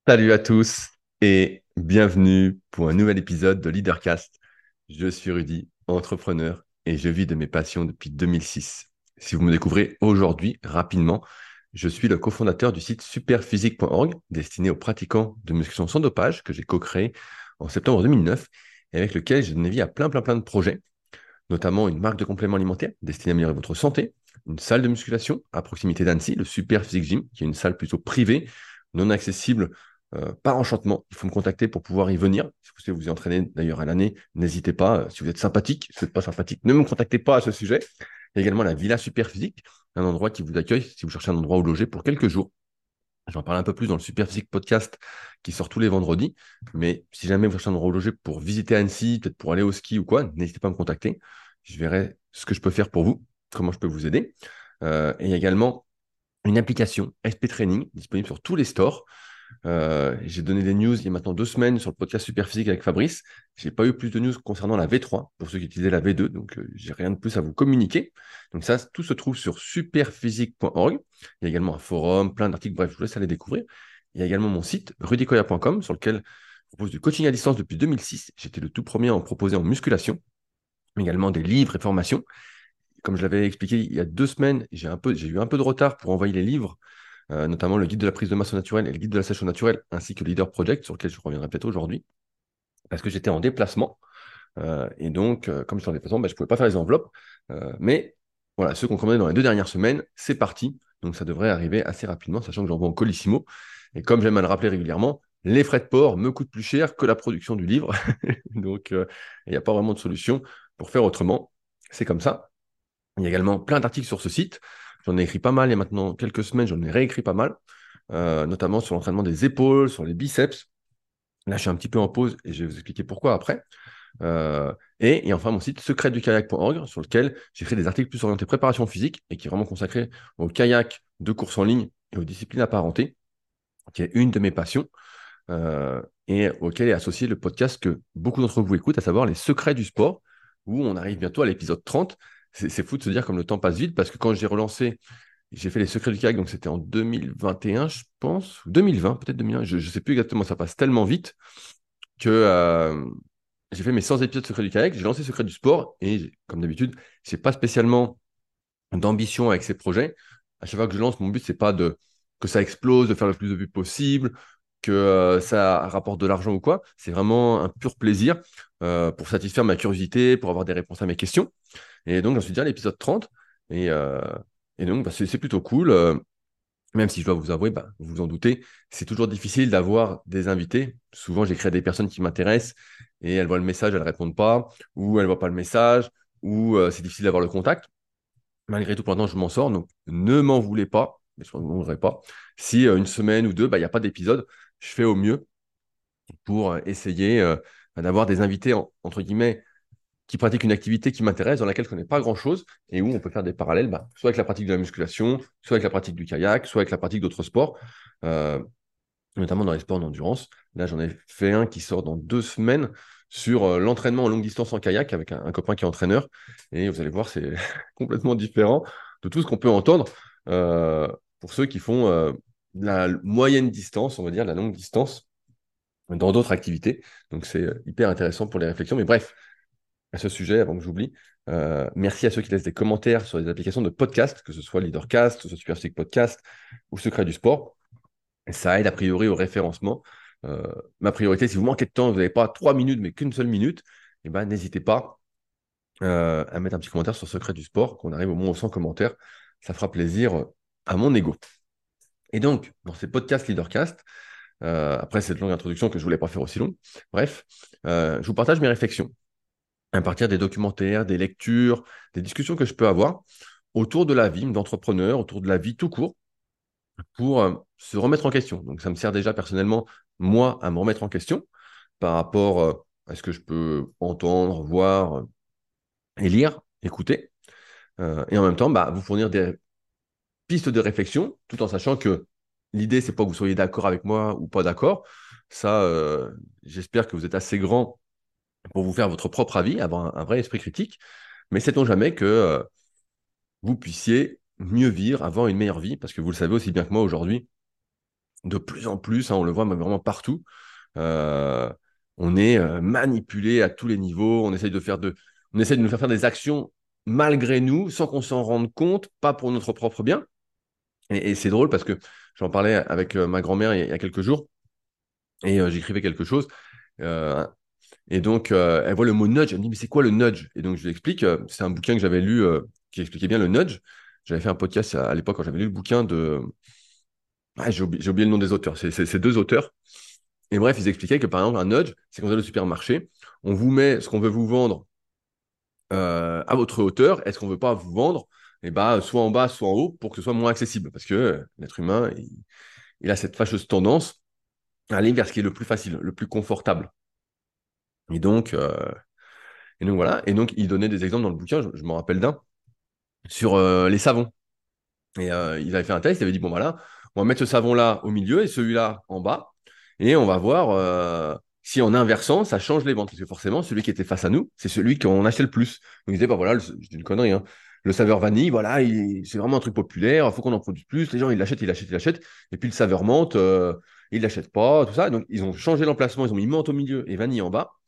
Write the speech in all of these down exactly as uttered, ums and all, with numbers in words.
Salut à tous et bienvenue pour un nouvel épisode de Leadercast. Je suis Rudy, entrepreneur et je vis de mes passions depuis deux mille six. Si vous me découvrez aujourd'hui, rapidement, je suis le cofondateur du site superphysique point org destiné aux pratiquants de musculation sans dopage que j'ai co-créé en septembre deux mille neuf et avec lequel j'ai donné vie à plein plein plein de projets, notamment une marque de compléments alimentaires destinée à améliorer votre santé, une salle de musculation à proximité d'Annecy, le Super Physique Gym, qui est une salle plutôt privée, non accessible euh, par enchantement. Il faut me contacter pour pouvoir y venir. Si vous souhaitez vous y entraîner d'ailleurs à l'année, n'hésitez pas. Euh, Si vous êtes sympathique, si vous n'êtes pas sympathique, ne me contactez pas à ce sujet. Il y a également la Villa Super Physique, un endroit qui vous accueille si vous cherchez un endroit où loger pour quelques jours. J'en parle un peu plus dans le Super Physique Podcast qui sort tous les vendredis. Mais si jamais vous cherchez un endroit où loger pour visiter Annecy, peut-être pour aller au ski ou quoi, n'hésitez pas à me contacter. Je verrai ce que je peux faire pour vous, comment je peux vous aider. Euh, et il y a également une application S P Training disponible sur tous les stores. Euh, j'ai donné des news il y a maintenant deux semaines sur le podcast Superphysique avec Fabrice. J'ai pas eu plus de news concernant la V trois pour ceux qui utilisaient la V deux, donc euh, j'ai rien de plus à vous communiquer. Donc ça, tout se trouve sur superphysique point org. Il y a également un forum, plein d'articles, bref, je vous laisse aller découvrir. Il y a également mon site rudicoya point com sur lequel je propose du coaching à distance depuis deux mille six. J'étais le tout premier à en proposer en musculation, mais également des livres et formations. Comme je l'avais expliqué il y a deux semaines, j'ai un peu, j'ai eu un peu de retard pour envoyer les livres, euh, notamment le guide de la prise de masse au naturel et le guide de la sèche au naturel, ainsi que le Leader Project, sur lequel je reviendrai peut-être aujourd'hui, parce que j'étais en déplacement. Euh, et donc, euh, comme j'étais en déplacement, bah, je ne pouvais pas faire les enveloppes. Euh, mais voilà, ceux qu'on commandé dans les deux dernières semaines, c'est parti. Donc, ça devrait arriver assez rapidement, sachant que j'envoie en Colissimo. Et comme j'aime à le rappeler régulièrement, les frais de port me coûtent plus cher que la production du livre. Donc, euh, il n'y a pas vraiment de solution pour faire autrement. C'est comme ça. Il y a également plein d'articles sur ce site. J'en ai écrit pas mal il y a maintenant quelques semaines, j'en ai réécrit pas mal, euh, notamment sur l'entraînement des épaules, sur les biceps. Là, je suis un petit peu en pause et je vais vous expliquer pourquoi après. Euh, et, et enfin, mon site secret du kayak point org, sur lequel j'écris des articles plus orientés préparation physique et qui est vraiment consacré au kayak de course en ligne et aux disciplines apparentées, qui est une de mes passions, euh, et auquel est associé le podcast que beaucoup d'entre vous écoutent, à savoir Les Secrets du sport, où on arrive bientôt à l'épisode trente. C'est c'est fou de se dire comme le temps passe vite, parce que quand j'ai relancé, j'ai fait Les Secrets du kayak, donc c'était en deux mille vingt et un, je pense, ou deux mille vingt, peut-être deux mille un, je ne sais plus exactement, ça passe tellement vite que euh, j'ai fait mes cent épisodes Secrets du kayak, j'ai lancé Secrets du sport, et j'ai- comme d'habitude, j'ai pas spécialement d'ambition avec ces projets. À chaque fois que je lance, mon but, c'est pas de que ça explose, de faire le plus de vues possible, que euh, ça rapporte de l'argent ou quoi. C'est vraiment un pur plaisir euh, pour satisfaire ma curiosité, pour avoir des réponses à mes questions. Et donc, j'en suis déjà à l'épisode trente. Et, euh, et donc, bah, c'est c'est plutôt cool. Euh, même si je dois vous avouer, bah, vous vous en doutez, c'est toujours difficile d'avoir des invités. Souvent, j'écris à des personnes qui m'intéressent et elles voient le message, elles ne répondent pas, ou elles ne voient pas le message, ou euh, c'est difficile d'avoir le contact. Malgré tout, pour l'instant, je m'en sors, donc ne m'en voulez pas, mais je ne m'en voudrais pas. Si euh, une semaine ou deux, bah, il n'y a pas d'épisode, je fais au mieux pour euh, essayer euh, d'avoir des invités, en- entre guillemets, qui pratiquent une activité qui m'intéresse, dans laquelle je ne connais pas grand-chose, et où on peut faire des parallèles, bah, soit avec la pratique de la musculation, soit avec la pratique du kayak, soit avec la pratique d'autres sports, euh, notamment dans les sports d'endurance. Là, j'en ai fait un qui sort dans deux semaines sur euh, l'entraînement en longue distance en kayak avec un, un copain qui est entraîneur, et vous allez voir, c'est complètement différent de tout ce qu'on peut entendre euh, pour ceux qui font euh, la moyenne distance, on va dire, la longue distance dans d'autres activités. Donc, c'est euh, hyper intéressant pour les réflexions. Mais bref, à ce sujet, avant que j'oublie, euh, merci à ceux qui laissent des commentaires sur les applications de podcast, que ce soit Leadercast, que ce soit Superphysique Podcast ou Secret du Sport. Et ça aide a priori au référencement. Euh, ma priorité, si vous manquez de temps, vous n'avez pas trois minutes, mais qu'une seule minute, eh ben, n'hésitez pas euh, à mettre un petit commentaire sur Secret du Sport, qu'on arrive au moins aux cent commentaires. Ça fera plaisir euh, à mon ego. Et donc, dans ces podcasts Leadercast, euh, après cette longue introduction que je ne voulais pas faire aussi longue, bref, euh, je vous partage mes réflexions à partir des documentaires, des lectures, des discussions que je peux avoir autour de la vie d'entrepreneur, autour de la vie tout court, pour euh, se remettre en question. Donc ça me sert déjà personnellement, moi, à me remettre en question par rapport euh, à ce que je peux entendre, voir euh, et lire, écouter, euh, et en même temps, bah, vous fournir des pistes de réflexion, tout en sachant que l'idée, c'est pas que vous soyez d'accord avec moi ou pas d'accord. Ça, euh, j'espère que vous êtes assez grand pour vous faire votre propre avis, avoir un, un vrai esprit critique. Mais sait-on jamais que euh, vous puissiez mieux vivre, avoir une meilleure vie, parce que vous le savez aussi bien que moi aujourd'hui, de plus en plus, hein, on le voit même vraiment partout. Euh, on est euh, manipulé à tous les niveaux. On essaye de faire de, on essaye de nous faire faire des actions malgré nous, sans qu'on s'en rende compte, pas pour notre propre bien. Et, et c'est drôle parce que j'en parlais avec euh, ma grand-mère il y a, il y a quelques jours et euh, j'écrivais quelque chose. Euh, et donc, euh, elle voit le mot nudge. Elle me dit, mais c'est quoi le nudge? Et donc, je lui explique. Euh, c'est un bouquin que j'avais lu euh, qui expliquait bien le nudge. J'avais fait un podcast à, à l'époque quand j'avais lu le bouquin de. Ah, j'ai oublié, j'ai oublié le nom des auteurs. C'est c'est- c'est deux auteurs. Et bref, ils expliquaient que par exemple, un nudge, c'est quand vous allez au supermarché, on vous met ce qu'on veut vous vendre euh, à votre hauteur. Est-ce qu'on veut pas vous vendre eh ben, soit en bas, soit en haut, pour que ce soit moins accessible? Parce que euh, l'être humain, il, il a cette fâcheuse tendance à aller vers ce qui est le plus facile, le plus confortable. Et donc, euh, et donc voilà. Et donc, il donnait des exemples dans le bouquin, je, je m'en rappelle d'un, sur euh, les savons. Et euh, ils avaient fait un test, ils avaient dit, bon voilà, on va mettre ce savon-là au milieu et celui-là en bas, et on va voir euh, si en inversant, ça change les ventes. Parce que forcément, celui qui était face à nous, c'est celui qu'on achetait le plus. Donc ils disaient, bah voilà, le- je dis une connerie, hein, le saveur vanille, voilà, il- c'est vraiment un truc populaire, il faut qu'on en produise plus, les gens, ils l'achètent, ils l'achètent, ils l'achètent, et puis le saveur menthe, euh, ils l'achètent pas, tout ça. Donc ils ont changé l'emplacement, ils ont mis menthe au milieu et vanille en bas.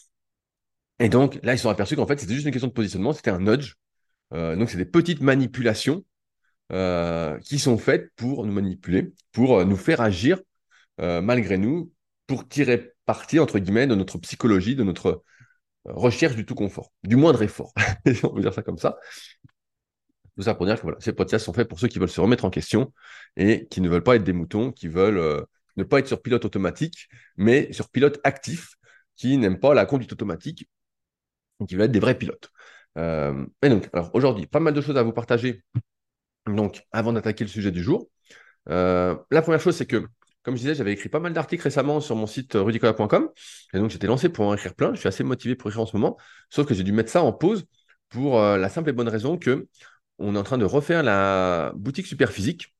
Et donc là, ils se sont aperçus qu'en fait, c'était juste une question de positionnement, c'était un nudge. Euh, donc c'est des petites manipulations euh, qui sont faites pour nous manipuler, pour euh, nous faire agir euh, malgré nous, pour tirer parti, entre guillemets, de notre psychologie, de notre euh, recherche du tout confort, du moindre effort. On peut dire ça comme ça. Tout ça pour dire que voilà, ces podcasts sont faits pour ceux qui veulent se remettre en question et qui ne veulent pas être des moutons, qui veulent euh, ne pas être sur pilote automatique, mais sur pilote actif, qui n'aiment pas la conduite automatique et qui veulent être des vrais pilotes. Euh, et donc, alors aujourd'hui, pas mal de choses à vous partager. Donc, avant d'attaquer le sujet du jour, Euh, la première chose, c'est que, comme je disais, j'avais écrit pas mal d'articles récemment sur mon site euh, rudicola point com. Et donc, j'étais lancé pour en écrire plein. Je suis assez motivé pour écrire en ce moment. Sauf que j'ai dû mettre ça en pause pour euh, la simple et bonne raison que on est en train de refaire la boutique Superphysique.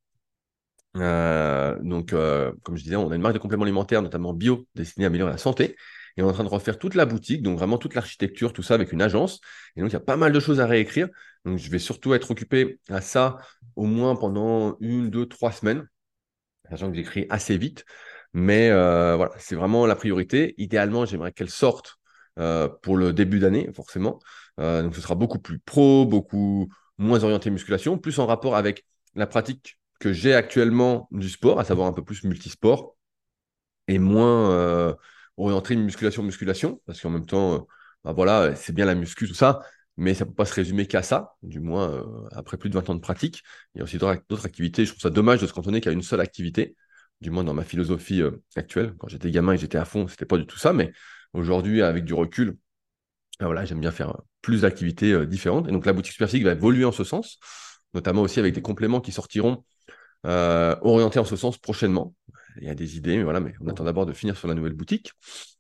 Euh, donc, euh, comme je disais, on a une marque de compléments alimentaires, notamment bio, destinée à améliorer la santé. Et on est en train de refaire toute la boutique, donc vraiment toute l'architecture, tout ça avec une agence. Et donc, il y a pas mal de choses à réécrire. Donc, je vais surtout être occupé à ça au moins pendant une, deux, trois semaines, sachant que j'écris assez vite. Mais euh, voilà, c'est vraiment la priorité. Idéalement, j'aimerais qu'elle sorte euh, pour le début d'année, forcément. Euh, donc, ce sera beaucoup plus pro, beaucoup moins orienté musculation, plus en rapport avec la pratique que j'ai actuellement du sport, à savoir un peu plus multisport et moins euh, orienté musculation-musculation, parce qu'en même temps, euh, bah voilà, c'est bien la muscu, tout ça, mais ça ne peut pas se résumer qu'à ça, du moins euh, après plus de vingt ans de pratique. Il y a aussi d'autres d'autres activités. Je trouve ça dommage de se cantonner qu'à une seule activité, du moins dans ma philosophie euh, actuelle. Quand j'étais gamin et j'étais à fond, c'était pas du tout ça, mais aujourd'hui, avec du recul, ah, voilà, j'aime bien faire euh, plus d'activités euh, différentes. Et donc la boutique Superphysique va évoluer en ce sens, notamment aussi avec des compléments qui sortiront euh, orientés en ce sens prochainement. Il y a des idées, mais voilà, mais on attend d'abord de finir sur la nouvelle boutique.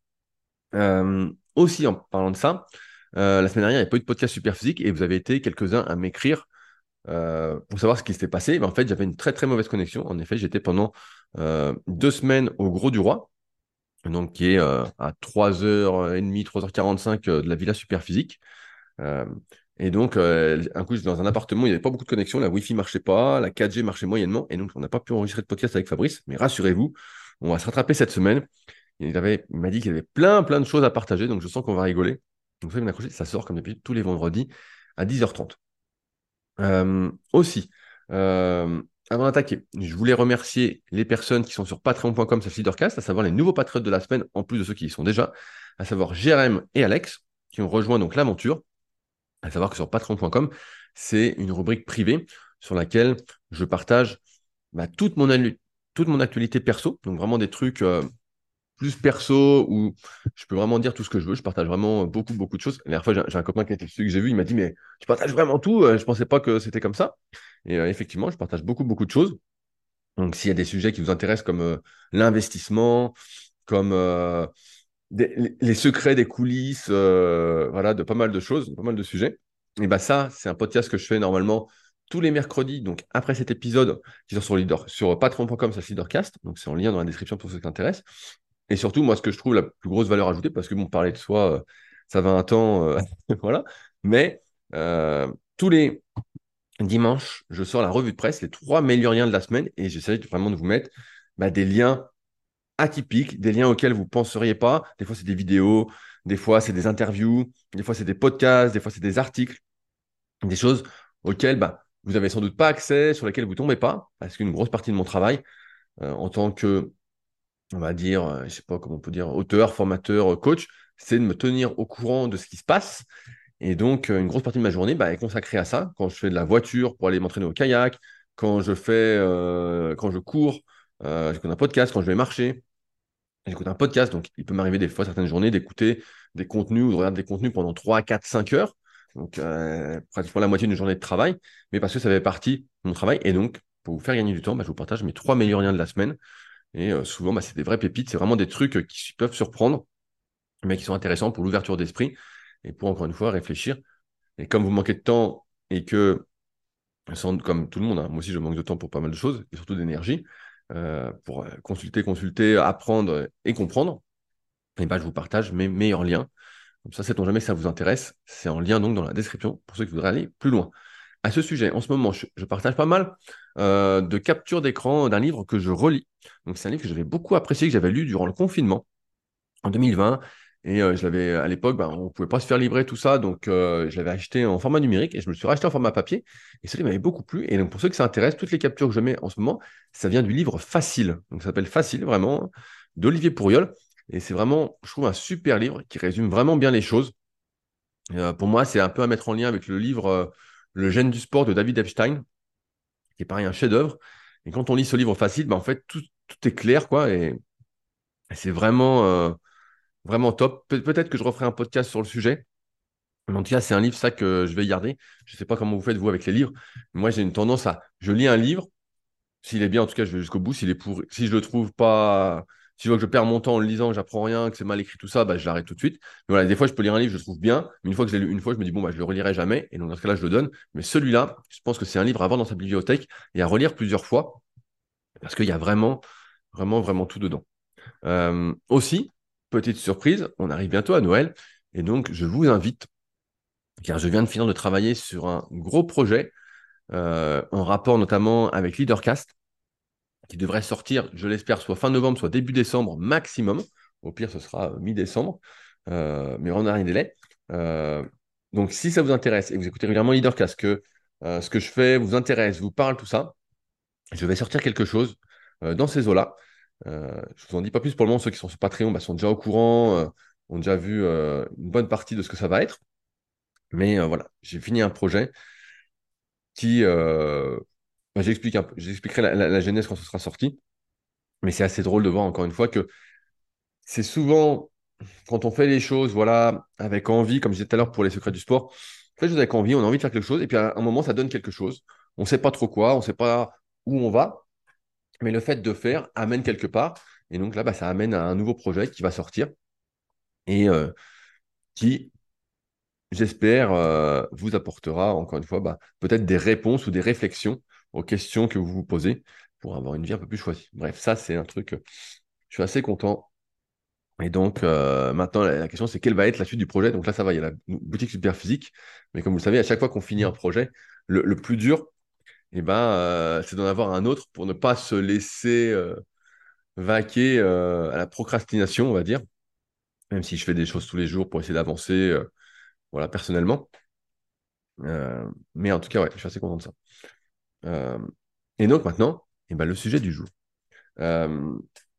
Euh, aussi, en parlant de ça, euh, la semaine dernière, il n'y a pas eu de podcast super physique et vous avez été quelques-uns à m'écrire euh, pour savoir ce qui s'était passé. Ben, en fait, j'avais une très très mauvaise connexion. En effet, j'étais pendant euh, deux semaines au Gros du Roi, donc qui est euh, à trois heures trente, trois heures quarante-cinq euh, de la Villa Superphysique. Euh, et donc, euh, un coup, j'étais dans un appartement, il n'y avait pas beaucoup de connexion, la Wi-Fi marchait pas, la quatre G marchait moyennement, et donc on n'a pas pu enregistrer de podcast avec Fabrice, mais rassurez-vous, on va se rattraper cette semaine. Il avait, il m'a dit qu'il y avait plein, plein de choses à partager, donc je sens qu'on va rigoler. Donc, ça, accrocher, ça sort comme d'habitude tous les vendredis à dix heures trente. Euh, aussi, euh, avant d'attaquer, je voulais remercier les personnes qui sont sur patreon point com slash leadercast, à savoir les nouveaux patriotes de la semaine, en plus de ceux qui y sont déjà, à savoir Jérém et Alex, qui ont rejoint donc l'aventure. À savoir que sur patreon point com, c'est une rubrique privée sur laquelle je partage bah, toute mon, alu- toute mon actualité perso, donc vraiment des trucs euh, plus perso où je peux vraiment dire tout ce que je veux. Je partage vraiment beaucoup, beaucoup de choses. La dernière fois, j'ai j'ai un copain qui était celui que j'ai vu, il m'a dit, mais tu partages vraiment tout, euh, je pensais pas que c'était comme ça. Et euh, effectivement, je partage beaucoup, beaucoup de choses. Donc, s'il y a des sujets qui vous intéressent comme euh, l'investissement, comme euh, des- les les secrets des coulisses, euh, voilà, de pas mal de choses, de pas mal de sujets. Et bah ça, c'est un podcast que je fais normalement tous les mercredis, donc après cet épisode, qui sort sur leader, sur patreon point com slash leadercast, donc c'est en lien dans la description pour ceux qui s'intéressent. Et surtout, moi, ce que je trouve la plus grosse valeur ajoutée, parce que bon, parler de soi, euh, ça va un temps, euh, voilà, mais euh, tous les dimanches, je sors la revue de presse, les trois meilleurs liens de la semaine, et j'essaie vraiment de vous mettre bah, des liens atypiques, des liens auxquels vous ne penseriez pas. Des fois, c'est des vidéos, des fois, c'est des interviews, des fois, c'est des podcasts, des fois, c'est des articles, des choses auxquelles bah, vous n'avez sans doute pas accès, sur lesquelles vous ne tombez pas, parce qu'une grosse partie de mon travail, euh, en tant que, on va dire, euh, je sais pas comment on peut dire, auteur, formateur, euh, coach, c'est de me tenir au courant de ce qui se passe. Et donc, euh, une grosse partie de ma journée bah, est consacrée à ça. Quand je fais de la voiture pour aller m'entraîner au kayak, quand je fais, euh, quand je cours, euh, j'écoute un podcast, quand je vais marcher, j'écoute un podcast. Donc, il peut m'arriver des fois, certaines journées, d'écouter des contenus ou de regarder des contenus pendant trois, quatre, cinq heures. Donc, euh, pratiquement la moitié d'une journée de travail, mais parce que ça fait partie de mon travail. Et donc, pour vous faire gagner du temps, bah, je vous partage mes trois meilleurs liens de la semaine. Et euh, souvent, bah, c'est des vraies pépites. C'est vraiment des trucs euh, qui peuvent surprendre, mais qui sont intéressants pour l'ouverture d'esprit et pour, encore une fois, réfléchir. Et comme vous manquez de temps et que, sans- comme tout le monde, hein, moi aussi je manque de temps pour pas mal de choses, et surtout d'énergie, euh, pour euh, consulter, consulter, apprendre et comprendre, et ben, je vous partage mes meilleurs liens. Comme ça, sait-on jamais si ça vous intéresse. C'est en lien donc dans la description pour ceux qui voudraient aller plus loin. À ce sujet, en ce moment, je, je partage pas mal euh, de captures d'écran d'un livre que je relis. Donc c'est un livre que j'avais beaucoup apprécié, que j'avais lu durant le confinement en deux mille vingt. Et euh, je l'avais, à l'époque, ben, on ne pouvait pas se faire livrer tout ça, donc euh, je l'avais acheté en format numérique et je me le suis racheté en format papier. Et celui m'avait beaucoup plu. Et donc, pour ceux que ça intéresse, toutes les captures que je mets en ce moment, ça vient du livre Facile. Donc, ça s'appelle Facile, vraiment, d'Olivier Pourriol. Et c'est vraiment, je trouve, un super livre qui résume vraiment bien les choses. Et, euh, pour moi, c'est un peu à mettre en lien avec le livre euh, Le gène du sport de David Epstein, qui est pareil, un chef-d'œuvre. Et quand on lit ce livre Facile, ben, en fait, tout, tout est clair, quoi. Et, et c'est vraiment. euh, Vraiment top. Pe- peut-être que je referai un podcast sur le sujet. Mais en tout cas, c'est un livre, ça, que je vais garder. Je ne sais pas comment vous faites, vous, avec les livres. Moi, j'ai une tendance à... Je lis un livre. S'il est bien, en tout cas, je vais jusqu'au bout. S'il est pour... Si je le trouve pas... Si je vois que je perds mon temps en le lisant, que j'apprends rien, que c'est mal écrit, tout ça, bah, je l'arrête tout de suite. Mais voilà, des fois, je peux lire un livre, je le trouve bien. Mais une fois que je l'ai lu une fois, je me dis, bon, bah, je le relirai jamais. Et donc, dans ce cas-là, je le donne. Mais celui-là, je pense que c'est un livre à avoir dans sa bibliothèque et à relire plusieurs fois. Parce qu'il y a vraiment, vraiment, vraiment tout dedans. Euh, aussi, petite surprise, on arrive bientôt à Noël. Et donc, je vous invite, car je viens de finir de travailler sur un gros projet euh, en rapport notamment avec Leadercast, qui devrait sortir, je l'espère, soit fin novembre, soit début décembre maximum. Au pire, ce sera euh, mi-décembre, euh, mais on n'a rien délai. Euh, donc, si ça vous intéresse et vous écoutez régulièrement Leadercast, que euh, ce que je fais vous intéresse, vous parle, tout ça, je vais sortir quelque chose euh, dans ces eaux-là. Euh, je vous en dis pas plus pour le moment. Ceux qui sont sur Patreon bah, sont déjà au courant, euh, ont déjà vu euh, une bonne partie de ce que ça va être. Mais euh, voilà, j'ai fini un projet qui, euh, bah, j'explique un peu, j'expliquerai la, la- la genèse quand ce sera sorti. Mais c'est assez drôle de voir encore une fois que c'est souvent quand on fait les choses, voilà, avec envie, comme je disais tout à l'heure pour les secrets du sport, on fait les choses avec envie, on a envie de faire quelque chose, et puis à un moment, ça donne quelque chose. On ne sait pas trop quoi, on ne sait pas où on va, mais le fait de faire amène quelque part. Et donc là, bah, ça amène à un nouveau projet qui va sortir et euh, qui, j'espère, euh, vous apportera, encore une fois, bah, peut-être des réponses ou des réflexions aux questions que vous vous posez pour avoir une vie un peu plus choisie. Bref, ça, c'est un truc, euh, je suis assez content. Et donc, euh, maintenant, la, la question, c'est quelle va être la suite du projet? Donc là, ça va, il y a la boutique super physique. Mais comme vous le savez, à chaque fois qu'on finit un projet, le, le plus dur, eh ben, euh, c'est d'en avoir un autre pour ne pas se laisser euh, vaquer euh, à la procrastination, on va dire, même si je fais des choses tous les jours pour essayer d'avancer, euh, voilà, personnellement. Euh, mais en tout cas, ouais, je suis assez content de ça. Euh, et donc maintenant, eh ben, le sujet du jour. Euh,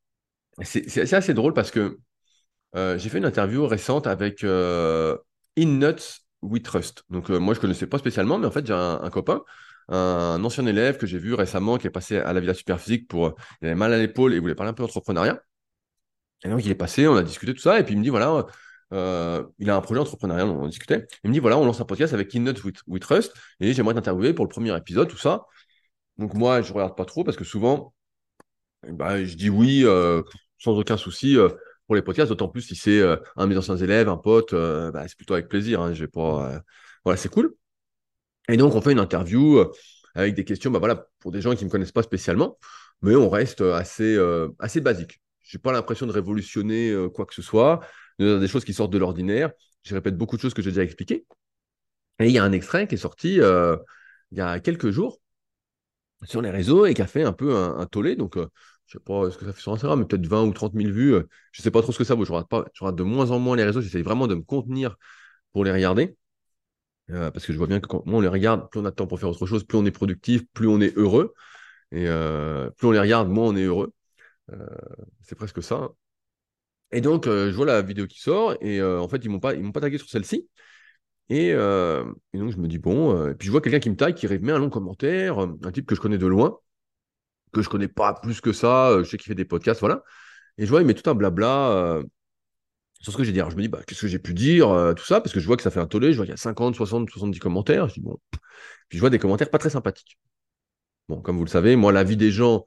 c'est c'est- c'est assez drôle parce que euh, j'ai fait une interview récente avec euh, In Nuts We Trust. Donc euh, moi, je ne connaissais pas spécialement, mais en fait, j'ai un, un copain, un, ancien élève que j'ai vu récemment, qui est passé à la Villa Superphysique pour... euh, il avait mal à l'épaule et il voulait parler un peu d'entrepreneuriat. Et donc, il est passé, on a discuté tout ça, et puis il me dit, voilà, euh, il a un projet entrepreneurial, on en discutait. Il me dit, voilà, on lance un podcast avec In Nuts We, We Trust, et j'aimerais t'interviewer pour le premier épisode, tout ça. Donc moi, je regarde pas trop, parce que souvent, bah, je dis oui, euh, sans aucun souci, euh, pour les podcasts, d'autant plus si c'est euh, un de mes anciens élèves, un pote, euh, bah, c'est plutôt avec plaisir, hein, je vais pas, euh, voilà, c'est cool. Et donc, on fait une interview euh, avec des questions, bah, voilà, pour des gens qui ne me connaissent pas spécialement, mais on reste euh, assez, euh, assez basique. Je n'ai pas l'impression de révolutionner euh, quoi que ce soit, de- des choses qui sortent de l'ordinaire. Je répète beaucoup de choses que j'ai déjà expliquées. Et il y a un extrait qui est sorti euh, il y a quelques jours sur les réseaux et qui a fait un peu un, un tollé. Donc, euh, je sais pas ce que ça fait sur Instagram, mais peut-être vingt ou trente mille vues. euh, Je sais pas trop ce que ça vaut. Je regarde pas, je regarde de moins en moins les réseaux. J'essaie vraiment de me contenir pour les regarder. Euh, parce que je vois bien que quand moins on les regarde, plus on a de temps pour faire autre chose, plus on est productif, plus on est heureux. Et euh, plus on les regarde, moins on est heureux. Euh, c'est presque ça, hein. Et donc, euh, je vois la vidéo qui sort, et euh, en fait, ils m'ont pas, ils m'ont pas tagué sur celle-ci. Et, euh, et donc, je me dis, bon, euh, et puis je vois quelqu'un qui me tague, qui met un long commentaire, euh, un type que je connais de loin, que je connais pas plus que ça, euh, je sais qu'il fait des podcasts, voilà. Et je vois, il met tout un blabla euh, sur ce que j'ai dit. Alors, je me dis, bah, qu'est-ce que j'ai pu dire, euh, tout ça, parce que je vois que ça fait un tollé, je vois qu'il y a cinquante, soixante, soixante-dix commentaires. Je dis, bon, puis je vois des commentaires pas très sympathiques. Bon, comme vous le savez, moi, la vie des gens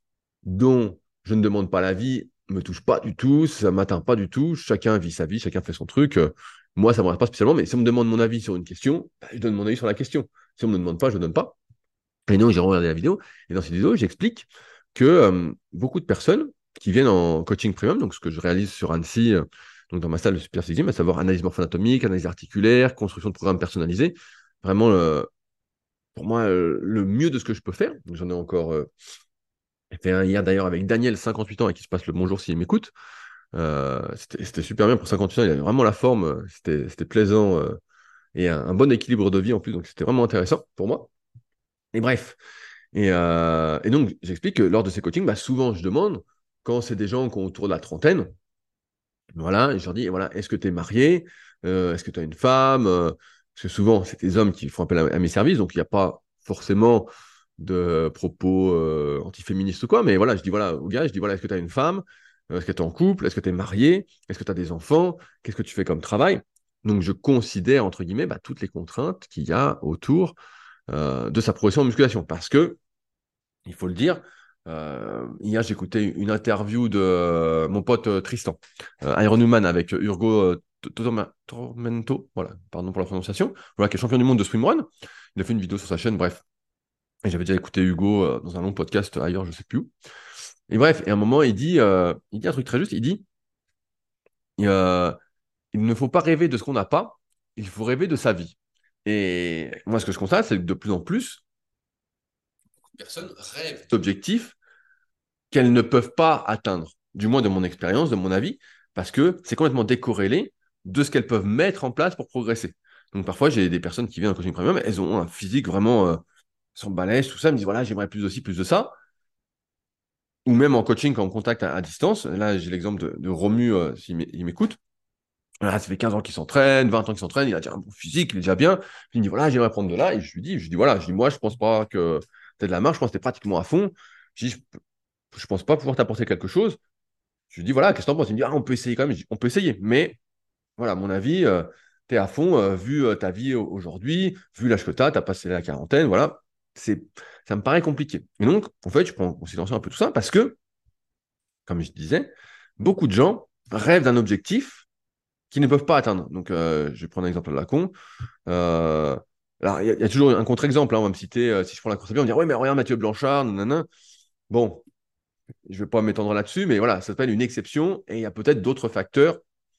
dont je ne demande pas l'avis me touche pas du tout, ça m'atteint pas du tout. Chacun vit sa vie, chacun fait son truc. Euh, moi, ça ne m'intéresse pas spécialement, mais si on me demande mon avis sur une question, bah, je donne mon avis sur la question. Si on me demande pas, je ne donne pas. Et donc, j'ai regardé la vidéo, et dans cette vidéo, j'explique que euh, beaucoup de personnes qui viennent en coaching premium, donc ce que je réalise sur Annecy, euh, donc dans ma salle de Super Six Gym, à savoir analyse morpho-anatomique, analyse articulaire, construction de programmes personnalisés, vraiment, euh, pour moi, euh, le mieux de ce que je peux faire. Donc, j'en ai encore euh, fait un hier d'ailleurs avec Daniel, cinquante-huit ans, à qui je passe le bonjour s'il m'écoute. Euh, c'était c'était super bien pour cinquante-huit ans, il avait vraiment la forme, euh, c'était c'était plaisant euh, et un, un bon équilibre de vie en plus, donc c'était vraiment intéressant pour moi. Et bref, et, euh, et donc j'explique que lors de ces coachings, bah, souvent je demande, quand c'est des gens qui ont autour de la trentaine, voilà, et je leur dis, voilà, est-ce que tu es marié? Euh, est-ce que tu as une femme? Euh, Parce que souvent, c'est des hommes qui font appel à, à mes services, donc il n'y a pas forcément de propos euh, antiféministes ou quoi, mais voilà, je dis voilà au gars, je dis voilà, est-ce que tu as une femme? Euh, Est-ce que tu es en couple? Est-ce que tu es marié? Est-ce que tu as des enfants? Qu'est-ce que tu fais comme travail? Donc je considère, entre guillemets, bah, toutes les contraintes qu'il y a autour euh, de sa progression en musculation. Parce que, il faut le dire, euh, hier j'écoutais une interview de euh, mon pote euh, Tristan, euh, Ironman avec Urgo euh, Totoma- Tormento, voilà, pardon pour la prononciation, voilà, qui est champion du monde de swimrun. Il a fait une vidéo sur sa chaîne, bref. Et j'avais déjà écouté Hugo euh, dans un long podcast ailleurs, je sais plus où. Et bref, et à un moment, il dit, euh, il dit un truc très juste, il dit, euh, il ne faut pas rêver de ce qu'on n'a pas, il faut rêver de sa vie. Et moi, ce que je constate, c'est que de plus en plus, les personnes rêvent d'objectifs qu'elles ne peuvent pas atteindre, du moins de mon expérience, de mon avis, parce que c'est complètement décorrélé de ce qu'elles peuvent mettre en place pour progresser. Donc parfois, j'ai des personnes qui viennent en coaching premium, elles ont un physique vraiment, euh, sont balèzes, tout ça, elles me disent, voilà, j'aimerais plus de ci, plus de ça. Ou même en coaching, quand on contacte à, à distance. Là, j'ai l'exemple de, de Romu, euh, s'il m'é- il m'écoute. Voilà, ça fait quinze ans qu'il s'entraîne, vingt ans qu'il s'entraîne, il a déjà un bon physique, il est déjà bien. Il me dit, voilà, j'aimerais prendre de là. Et je lui dis, je lui dis, voilà, je dis, moi, je pense pas que tu de la marche, je pense que tu es pratiquement à fond. Je dis, je, je pense pas pouvoir t'apporter quelque chose. Je lui dis, voilà, qu'est-ce que t'en penses? Il me dit, ah, on peut essayer quand même. Je dis, on peut essayer. Mais, voilà, à mon avis, euh, tu es à fond, euh, vu euh, ta vie aujourd'hui, vu l'âge que tu as, tu as passé la quarantaine, voilà. C'est, ça me paraît compliqué. Et donc, en fait, je prends en considération un peu tout ça parce que, comme je disais, beaucoup de gens rêvent d'un objectif qu'ils ne peuvent pas atteindre. Donc, euh, je vais prendre un exemple à la con. Euh, alors, il y, a il y a toujours un contre-exemple, hein, on va me citer, euh, si je prends la course à pied, on va me dire, ouais, mais regarde Mathieu Blanchard, nanana. Bon, je ne vais pas m'étendre là-dessus, mais voilà, ça s'appelle une exception et il y a peut-être d'autres facteurs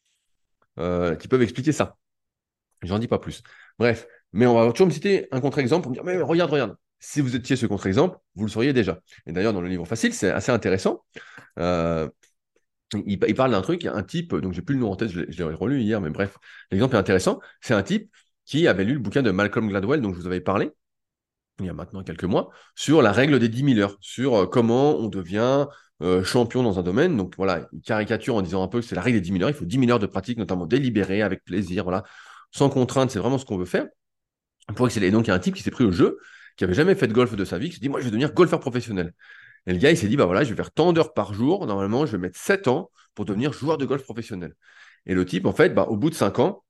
euh, qui peuvent expliquer ça. J'en dis pas plus. Bref, mais on va toujours me citer un contre-exemple pour me dire, mais regarde, regarde. Si vous étiez ce contre-exemple, vous le sauriez déjà. Et d'ailleurs, dans le livre facile, c'est assez intéressant. Euh, il, il parle d'un truc, un type, donc j'ai plus le nom en tête, je l'ai je l'ai relu hier, mais bref, l'exemple est intéressant. C'est un type qui avait lu le bouquin de Malcolm Gladwell, dont je vous avais parlé, il y a maintenant quelques mois, sur la règle des dix mille heures, sur euh, comment on devient euh, champion dans un domaine. Donc voilà, il caricature en disant un peu que c'est la règle des dix mille heures, il faut dix mille heures de pratique, notamment délibérée, avec plaisir, voilà, sans contrainte, c'est vraiment ce qu'on veut faire pour exceller. Et donc il y a un type qui s'est pris au jeu, qui avait jamais fait de golf de sa vie, qui s'est dit, moi je vais devenir golfeur professionnel. Et le gars, il s'est dit, bah voilà, je vais faire tant d'heures par jour. Normalement, je vais mettre sept ans pour devenir joueur de golf professionnel. Et le type, en fait, bah, au bout de cinq ans,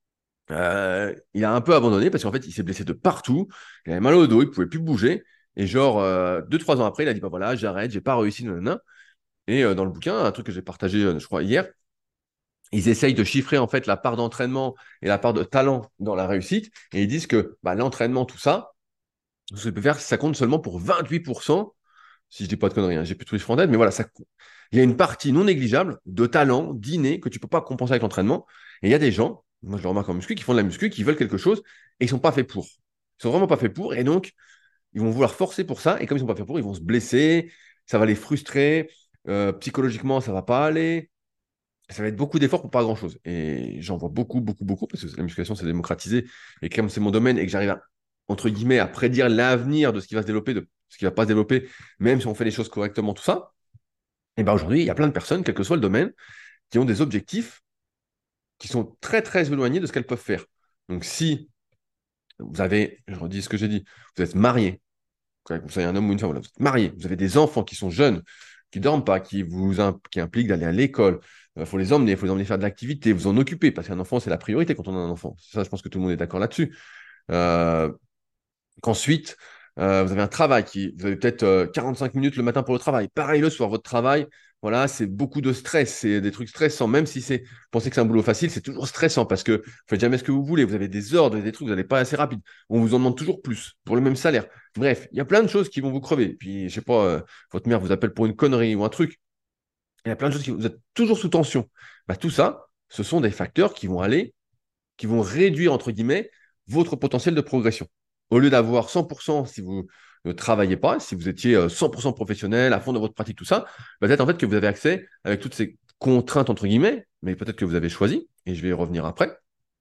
euh, il a un peu abandonné parce qu'en fait, il s'est blessé de partout. Il avait mal au dos, il pouvait plus bouger. Et genre, euh, deux, trois ans après, il a dit, bah voilà, j'arrête, j'ai pas réussi, nanana. Et euh, dans le bouquin, un truc que j'ai partagé, euh, je crois, hier, ils essayent de chiffrer en fait la part d'entraînement et la part de talent dans la réussite. Et ils disent que bah, l'entraînement, tout ça, tout ce que tu peux faire, ça compte seulement pour vingt-huit pour cent si je dis pas de conneries, hein, j'ai plus tous les chiffres en tête, mais voilà, ça, il y a une partie non négligeable de talent, d'inné, que tu peux pas compenser avec l'entraînement. Et il y a des gens, moi je le remarque en muscu, qui font de la muscu, qui veulent quelque chose et ils sont pas faits pour. Ils sont vraiment pas faits pour, et donc ils vont vouloir forcer pour ça, et comme ils sont pas faits pour, ils vont se blesser, ça va les frustrer, euh, psychologiquement, ça va pas aller. Ça va être beaucoup d'efforts pour pas grand-chose. Et j'en vois beaucoup, beaucoup, beaucoup, parce que la musculation, c'est démocratisé. Et comme c'est mon domaine et que j'arrive à, entre guillemets, à prédire l'avenir de ce qui va se développer, de ce qui va pas se développer, même si on fait les choses correctement, tout ça, et ben aujourd'hui, il y a plein de personnes, quel que soit le domaine, qui ont des objectifs qui sont très, très éloignés de ce qu'elles peuvent faire. Donc si vous avez, je redis ce que j'ai dit, vous êtes marié, que vous soyez un homme ou une femme, voilà, vous êtes marié, vous avez des enfants qui sont jeunes, qui dorment pas, qui vous im- qui impliquent d'aller à l'école, il faut les emmener, il faut les emmener faire de l'activité, vous en occuper, parce qu'un enfant, c'est la priorité quand on a un enfant. Ça, je pense que tout le monde est d'accord là-dessus. Euh, Qu'ensuite, euh, vous avez un travail qui, vous avez peut-être euh, quarante-cinq minutes le matin pour le travail. Pareil le soir, votre travail, voilà, c'est beaucoup de stress, c'est des trucs stressants. Même si c'est, vous pensez que c'est un boulot facile, c'est toujours stressant parce que vous faites jamais ce que vous voulez. Vous avez des ordres, des trucs, vous n'allez pas assez rapide. On vous en demande toujours plus pour le même salaire. Bref, il y a plein de choses qui vont vous crever. Puis, je sais pas, euh, votre mère vous appelle pour une connerie ou un truc. Il y a plein de choses qui vous êtes toujours sous tension. Bah, tout ça, ce sont des facteurs qui vont aller qui vont réduire, entre guillemets, votre potentiel de progression. Au lieu d'avoir cent pour cent si vous ne travaillez pas, si vous étiez euh, cent pour cent professionnel, à fond dans votre pratique, tout ça, bah, peut-être en fait que vous avez accès avec toutes ces contraintes, entre guillemets, mais peut-être que vous avez choisi, et je vais y revenir après,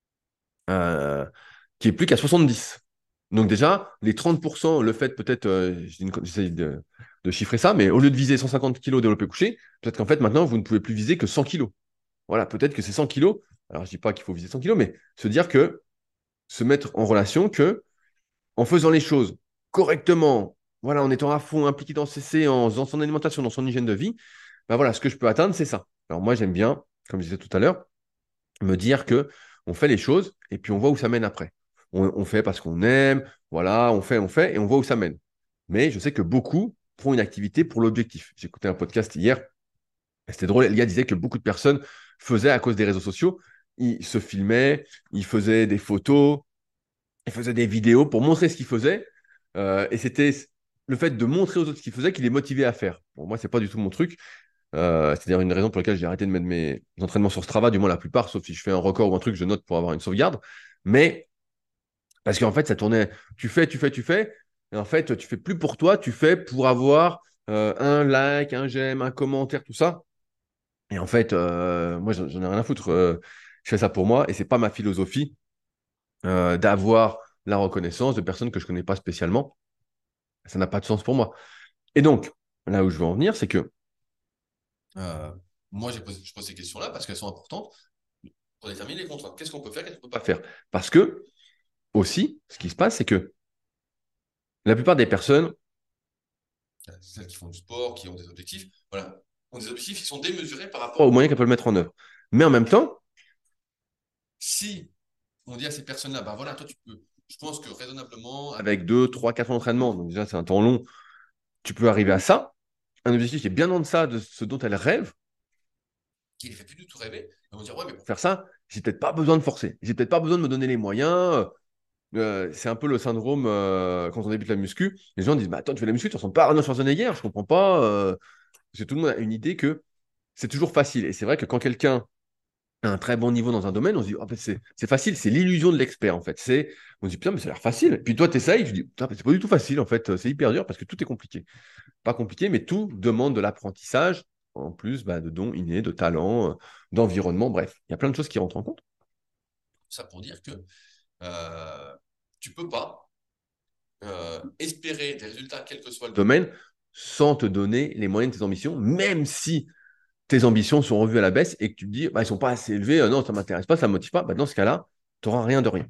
euh, qui est plus qu'à soixante-dix. Donc déjà, les trente pour cent, le fait peut-être, euh, j'essaie de, de chiffrer ça, mais au lieu de viser cent cinquante kilos développé couché, peut-être qu'en fait maintenant, vous ne pouvez plus viser que cent kilos. Voilà, peut-être que c'est cent kilos. Alors, je dis pas qu'il faut viser cent kilos, mais se dire que se mettre en relation que en faisant les choses correctement, voilà, en étant à fond impliqué dans ses séances, dans son alimentation, dans son hygiène de vie, ben voilà, ce que je peux atteindre, c'est ça. Alors moi, j'aime bien, comme je disais tout à l'heure, me dire que on fait les choses et puis on voit où ça mène après. On, on fait parce qu'on aime, voilà, on fait, on fait et on voit où ça mène. Mais je sais que beaucoup font une activité pour l'objectif. J'ai écouté un podcast hier, et c'était drôle, le gars disait que beaucoup de personnes faisaient à cause des réseaux sociaux, ils se filmaient, ils faisaient des photos, il faisait des vidéos pour montrer ce qu'il faisait. Euh, et c'était le fait de montrer aux autres ce qu'il faisait qui les motivait à faire. Bon, moi, c'est pas du tout mon truc. Euh, c'est d'ailleurs une raison pour laquelle j'ai arrêté de mettre mes entraînements sur Strava, du moins la plupart, sauf si je fais un record ou un truc, je note pour avoir une sauvegarde. Mais parce qu'en fait, ça tournait, tu fais, tu fais, tu fais. Et en fait, tu fais plus pour toi, tu fais pour avoir euh, un like, un j'aime, un commentaire, tout ça. Et en fait, euh, moi, j'en j'en ai rien à foutre. Euh, je fais ça pour moi et c'est pas ma philosophie euh, d'avoir la reconnaissance de personnes que je connais pas spécialement. Ça n'a pas de sens pour moi. Et donc, là où je veux en venir, c'est que euh, moi, j'ai posé, je pose ces questions-là parce qu'elles sont importantes pour déterminer les contraintes. Qu'est-ce qu'on peut faire, qu'est-ce qu'on peut pas faire? Parce que, aussi, ce qui se passe, c'est que la plupart des personnes, celles qui font du sport, qui ont des objectifs, voilà, ont des objectifs qui sont démesurés par rapport aux moyens qu'elles peuvent mettre en œuvre. Mais en même temps, si on dit à ces personnes-là, bah voilà, toi, tu peux, je pense que raisonnablement, avec deux, trois, quatre entraînements, donc déjà, c'est un temps long, tu peux arriver à ça, un objectif qui est bien en deçà de ce dont elles rêvent, qui les fait plus du tout rêver. Ils vont dire, ouais, mais pour faire ça, j'ai peut-être pas besoin de forcer. J'ai peut-être pas besoin de me donner les moyens. Euh, c'est un peu le syndrome euh, quand on débute la muscu. Les gens disent, bah attends, tu fais la muscu, tu ressembles pas à Arnold Schwarzenegger, je comprends pas. Euh, parce que tout le monde a une idée que c'est toujours facile. Et c'est vrai que quand quelqu'un a un très bon niveau dans un domaine, on se dit, en fait, c'est c'est facile, c'est l'illusion de l'expert, en fait. C'est, on se dit, putain, mais ça a l'air facile. Puis toi, tu essayes, tu dis, putain, mais c'est pas du tout facile, en fait. C'est hyper dur parce que tout est compliqué. Pas compliqué, mais tout demande de l'apprentissage, en plus bah, de dons innés, de talents, euh, d'environnement, bref. Il y a plein de choses qui rentrent en compte. Ça pour dire que euh, tu peux pas euh, espérer des résultats, quel que soit le domaine, sans te donner les moyens de tes ambitions, même si tes ambitions sont revues à la baisse et que tu te dis, bah, ils sont pas assez élevés, euh, non, ça m'intéresse pas, ça me motive pas, bah, dans ce cas-là, tu n'auras rien de rien.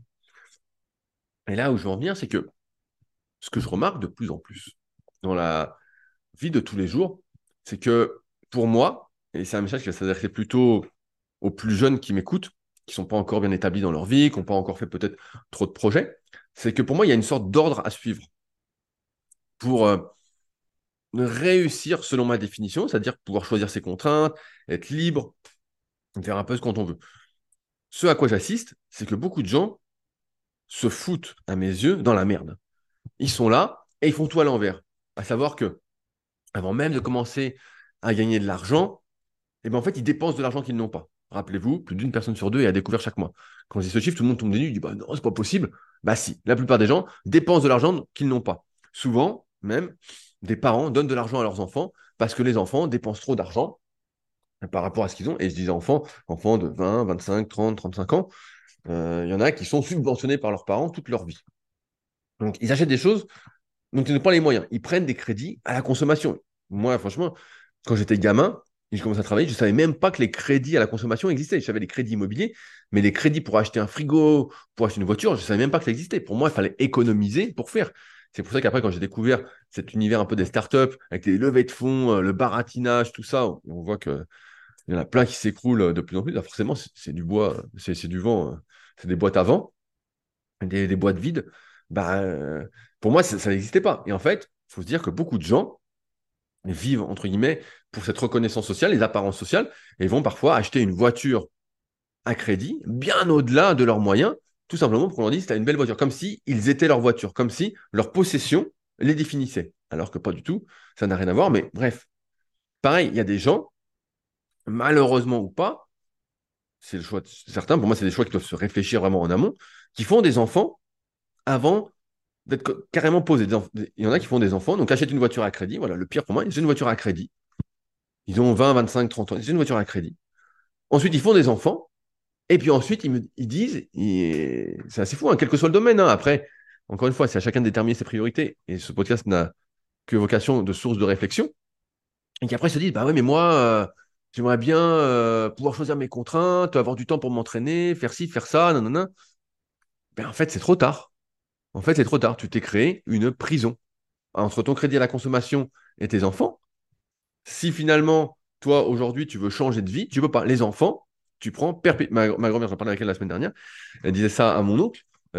Et là où je veux en venir, c'est que ce que je remarque de plus en plus dans la vie de tous les jours, c'est que pour moi, et c'est un message qui va s'adresser plutôt aux plus jeunes qui m'écoutent, qui sont pas encore bien établis dans leur vie, qui n'ont pas encore fait peut-être trop de projets, c'est que pour moi, il y a une sorte d'ordre à suivre pour euh, réussir selon ma définition, c'est-à-dire pouvoir choisir ses contraintes, être libre, faire un peu ce quand on veut. Ce à quoi j'assiste, c'est que beaucoup de gens se foutent, à mes yeux, dans la merde. Ils sont là et ils font tout à l'envers. À savoir que, avant même de commencer à gagner de l'argent, eh ben en fait, ils dépensent de l'argent qu'ils n'ont pas. Rappelez-vous, plus d'une personne sur deux est à découvert chaque mois. Quand je dis ce chiffre, tout le monde tombe des nues, il dit bah non, c'est pas possible. Bah si, la plupart des gens dépensent de l'argent qu'ils n'ont pas. Souvent, même, des parents donnent de l'argent à leurs enfants parce que les enfants dépensent trop d'argent par rapport à ce qu'ils ont. Et je dis enfants, enfants de vingt, vingt-cinq, trente, trente-cinq ans, euh, il y en a qui sont subventionnés par leurs parents toute leur vie. Donc, ils achètent des choses dont ils n'ont pas les moyens. Ils prennent des crédits à la consommation. Moi, franchement, quand j'étais gamin et je commençais à travailler, je ne savais même pas que les crédits à la consommation existaient. Je savais les crédits immobiliers, mais les crédits pour acheter un frigo, pour acheter une voiture, je ne savais même pas que ça existait. Pour moi, il fallait économiser pour faire. C'est pour ça qu'après, quand j'ai découvert cet univers un peu des startups, avec les levées de fonds, euh, le baratinage, tout ça, on on voit qu'il y en a plein qui s'écroulent euh, de plus en plus. Là, forcément, c'est c'est du bois, euh, c'est c'est du vent, euh, c'est des boîtes à vent, des, des boîtes vides. Bah, euh, pour moi, ça ça n'existait pas. Et en fait, il faut se dire que beaucoup de gens vivent, entre guillemets, pour cette reconnaissance sociale, les apparences sociales, et vont parfois acheter une voiture à crédit, bien au-delà de leurs moyens, tout simplement pour qu'on leur dise, tu as une belle voiture, comme si ils étaient leur voiture, comme si leur possession les définissait. Alors que pas du tout, ça n'a rien à voir, mais bref. Pareil, il y a des gens, malheureusement ou pas, c'est le choix de certains, pour moi, c'est des choix qui doivent se réfléchir vraiment en amont, qui font des enfants avant d'être carrément posés. Il y en a qui font des enfants, donc achètent une voiture à crédit. Voilà, le pire pour moi, c'est une voiture à crédit. Ils ont vingt, vingt-cinq, trente ans, c'est une voiture à crédit. Ensuite, ils font des enfants. Et puis ensuite, ils, me, ils disent, et c'est assez fou, hein, quel que soit le domaine. Hein. Après, encore une fois, c'est à chacun de déterminer ses priorités. Et ce podcast n'a que vocation de source de réflexion. Et qui après se disent, bah ouais, mais moi, euh, j'aimerais bien euh, pouvoir choisir mes contraintes, avoir du temps pour m'entraîner, faire ci, faire ça, nanana. Ben, en fait, c'est trop tard. En fait, c'est trop tard. Tu t'es créé une prison entre ton crédit à la consommation et tes enfants. Si finalement, toi, aujourd'hui, tu veux changer de vie, tu peux pas. Les enfants, tu prends perpé... Ma, ma grand-mère, j'en parlais avec elle la semaine dernière, elle disait ça à mon oncle.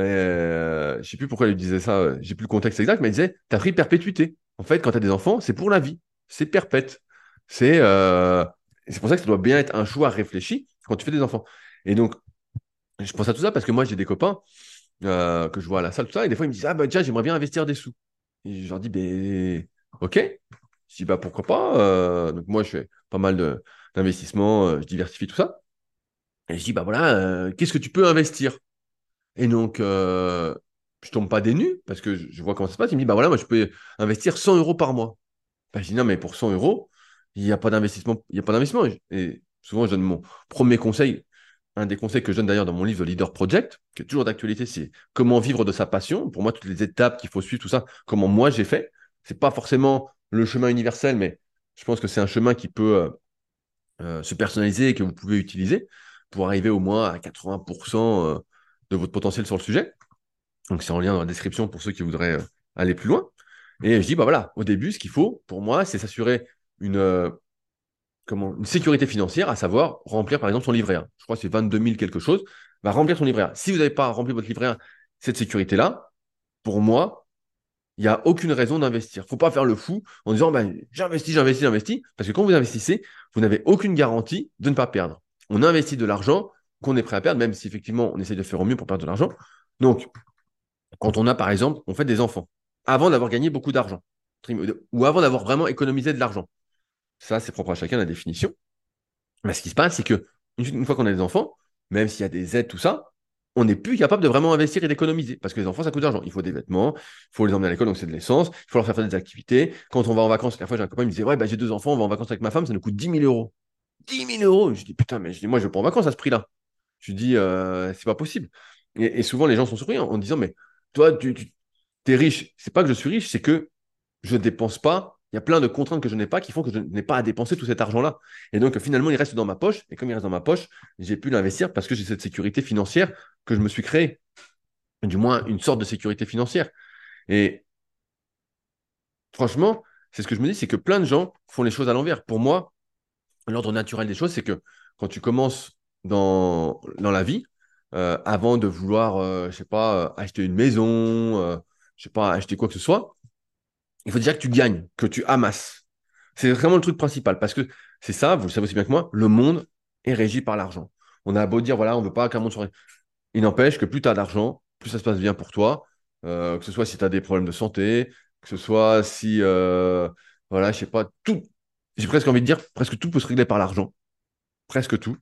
Euh, je sais plus pourquoi elle lui disait ça, euh, j'ai plus le contexte exact, mais elle disait, t'as pris perpétuité. En fait, quand tu as des enfants, c'est pour la vie. C'est perpète. C'est euh... c'est pour ça que ça doit bien être un choix réfléchi quand tu fais des enfants. Et donc, je pense à tout ça parce que moi, j'ai des copains euh, que je vois à la salle, tout ça, et des fois, ils me disent, ah bah tiens, j'aimerais bien investir des sous. Et je leur dis, ben, ok. Je dis, bah pourquoi pas. Euh, donc moi, je fais pas mal de- d'investissements, euh, je diversifie tout ça. Et je dis, bah voilà, euh, qu'est-ce que tu peux investir? Et donc, euh, je tombe pas des nues, parce que je, je vois comment ça se passe. Il me dit, bah voilà, moi, je peux investir cent euros par mois. Bah, je dis, non, mais pour cent euros, il n'y a pas d'investissement. Il y a pas d'investissement. Et souvent, je donne mon premier conseil, un des conseils que je donne d'ailleurs dans mon livre The Leader Project, qui est toujours d'actualité, c'est comment vivre de sa passion. Pour moi, toutes les étapes qu'il faut suivre, tout ça, comment moi j'ai fait. C'est pas forcément le chemin universel, mais je pense que c'est un chemin qui peut euh, euh, se personnaliser et que vous pouvez utiliser pour arriver au moins à quatre-vingts pour cent euh, de votre potentiel sur le sujet. Donc, c'est en lien dans la description pour ceux qui voudraient euh, aller plus loin. Et je dis, bah voilà, au début, ce qu'il faut, pour moi, c'est s'assurer une, euh, comment, une sécurité financière, à savoir remplir, par exemple, son livret A. Je crois que c'est vingt-deux mille quelque chose. Bah, remplir son livret A. Si vous n'avez pas rempli votre livret A, cette sécurité-là, pour moi, il n'y a aucune raison d'investir. Il ne faut pas faire le fou en disant, bah, j'investis, j'investis, j'investis. Parce que quand vous investissez, vous n'avez aucune garantie de ne pas perdre. On investit de l'argent qu'on est prêt à perdre, même si effectivement, on essaie de faire au mieux pour perdre de l'argent. Donc, quand on a, par exemple, on fait des enfants, avant d'avoir gagné beaucoup d'argent, ou avant d'avoir vraiment économisé de l'argent. Ça, c'est propre à chacun, la définition. Mais ce qui se passe, c'est que une fois qu'on a des enfants, même s'il y a des aides, tout ça, on n'est plus capable de vraiment investir et d'économiser. Parce que les enfants, ça coûte de l'argent. Il faut des vêtements, il faut les emmener à l'école, donc c'est de l'essence, il faut leur faire faire des activités. Quand on va en vacances, la fois, j'ai un copain qui me disait, ouais, bah, j'ai deux enfants, on va en vacances avec ma femme, ça nous coûte dix mille euros. dix mille euros! Je dis, putain, mais je dis, moi, je vais pas en vacances à ce prix-là. Je dis, euh, c'est pas possible. Et, et souvent, les gens sont surpris en, en disant, mais toi, tu, tu es riche. C'est pas que je suis riche, c'est que je ne dépense pas. Il y a plein de contraintes que je n'ai pas qui font que je n'ai pas à dépenser tout cet argent-là. Et donc, finalement, il reste dans ma poche. Et comme il reste dans ma poche, j'ai pu l'investir parce que j'ai cette sécurité financière que je me suis créée. Du moins, une sorte de sécurité financière. Et franchement, c'est ce que je me dis, c'est que plein de gens font les choses à l'envers. Pour moi, l'ordre naturel des choses, c'est que quand tu commences dans, dans la vie, euh, avant de vouloir, euh, je sais pas, euh, acheter une maison, euh, je sais pas, acheter quoi que ce soit, il faut déjà que tu gagnes, que tu amasses. C'est vraiment le truc principal parce que c'est ça, vous le savez aussi bien que moi, le monde est régi par l'argent. On a beau dire, voilà, on ne veut pas qu'un monde soit. Il n'empêche que plus tu as d'argent, plus ça se passe bien pour toi, euh, que ce soit si tu as des problèmes de santé, que ce soit si, euh, voilà, je sais pas, tout. J'ai presque envie de dire, presque tout peut se régler par l'argent. Presque tout.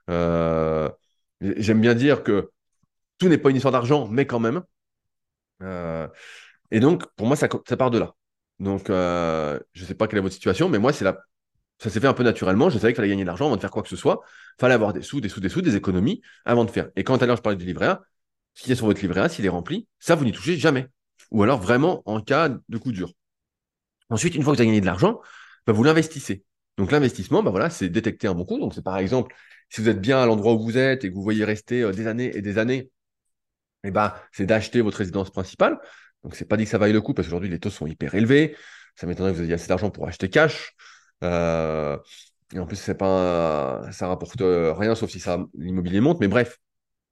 Euh, J'aime bien dire que tout n'est pas une histoire d'argent, mais quand même. Euh, et donc, pour moi, ça, ça part de là. Donc, euh, je ne sais pas quelle est votre situation, mais moi, c'est la... ça s'est fait un peu naturellement. Je savais qu'il fallait gagner de l'argent avant de faire quoi que ce soit. Il fallait avoir des sous, des sous, des sous, des économies avant de faire. Et quand tout à l'heure, je parlais du livret A, ce qui est sur votre livret A, s'il est rempli, ça, vous n'y touchez jamais. Ou alors vraiment en cas de coup dur. Ensuite, une fois que vous avez gagné de l'argent, bah, vous l'investissez. Donc l'investissement, bah, voilà, c'est détecter un bon coup. Donc c'est par exemple, si vous êtes bien à l'endroit où vous êtes et que vous voyez rester euh, des années et des années, eh bah, c'est d'acheter votre résidence principale. Donc c'est pas dit que ça vaille le coup parce qu'aujourd'hui les taux sont hyper élevés. Ça m'étonnerait que vous ayez assez d'argent pour acheter cash. Euh, et en plus, c'est pas, ça rapporte euh, rien sauf si ça, l'immobilier monte. Mais bref,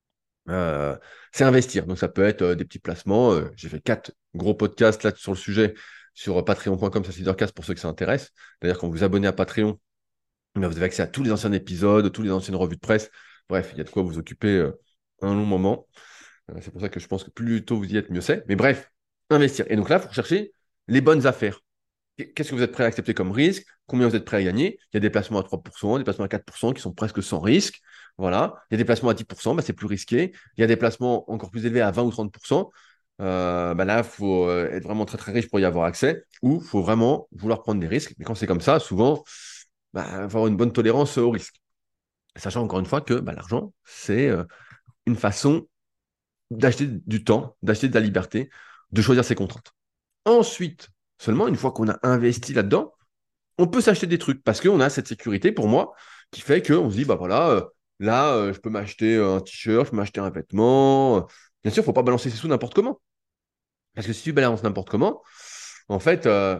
euh, c'est investir. Donc, ça peut être euh, des petits placements. Euh, j'ai fait quatre gros podcasts là sur le sujet sur euh, patreon point com, ça c'est Leadercast pour ceux que ça intéresse. D'ailleurs, quand vous vous abonnez à Patreon, eh bien, vous avez accès à tous les anciens épisodes, toutes les anciennes revues de presse. Bref, il y a de quoi vous occuper euh, un long moment. Euh, c'est pour ça que je pense que plus tôt vous y êtes, mieux c'est. Mais bref, investir. Et donc là, il faut chercher les bonnes affaires. Qu'est-ce que vous êtes prêt à accepter comme risque? Combien vous êtes prêt à gagner? Il y a des placements à trois pour cent, des placements à quatre pour cent qui sont presque sans risque. Voilà. Il y a des placements à dix pour cent, bah, c'est plus risqué. Il y a des placements encore plus élevés à vingt ou trente pour cent. Euh, bah là, il faut euh, être vraiment très très riche pour y avoir accès ou il faut vraiment vouloir prendre des risques. Mais quand c'est comme ça, souvent, bah, il faut avoir une bonne tolérance au risque. Sachant encore une fois que bah, l'argent, c'est euh, une façon d'acheter du temps, d'acheter de la liberté, de choisir ses contraintes. Ensuite, seulement une fois qu'on a investi là-dedans, on peut s'acheter des trucs parce qu'on a cette sécurité pour moi qui fait qu'on se dit, bah voilà, euh, là, euh, je peux m'acheter euh, un t-shirt, je peux m'acheter un vêtement. Bien sûr, il ne faut pas balancer ses sous n'importe comment. Parce que si tu balances n'importe comment, en fait, euh,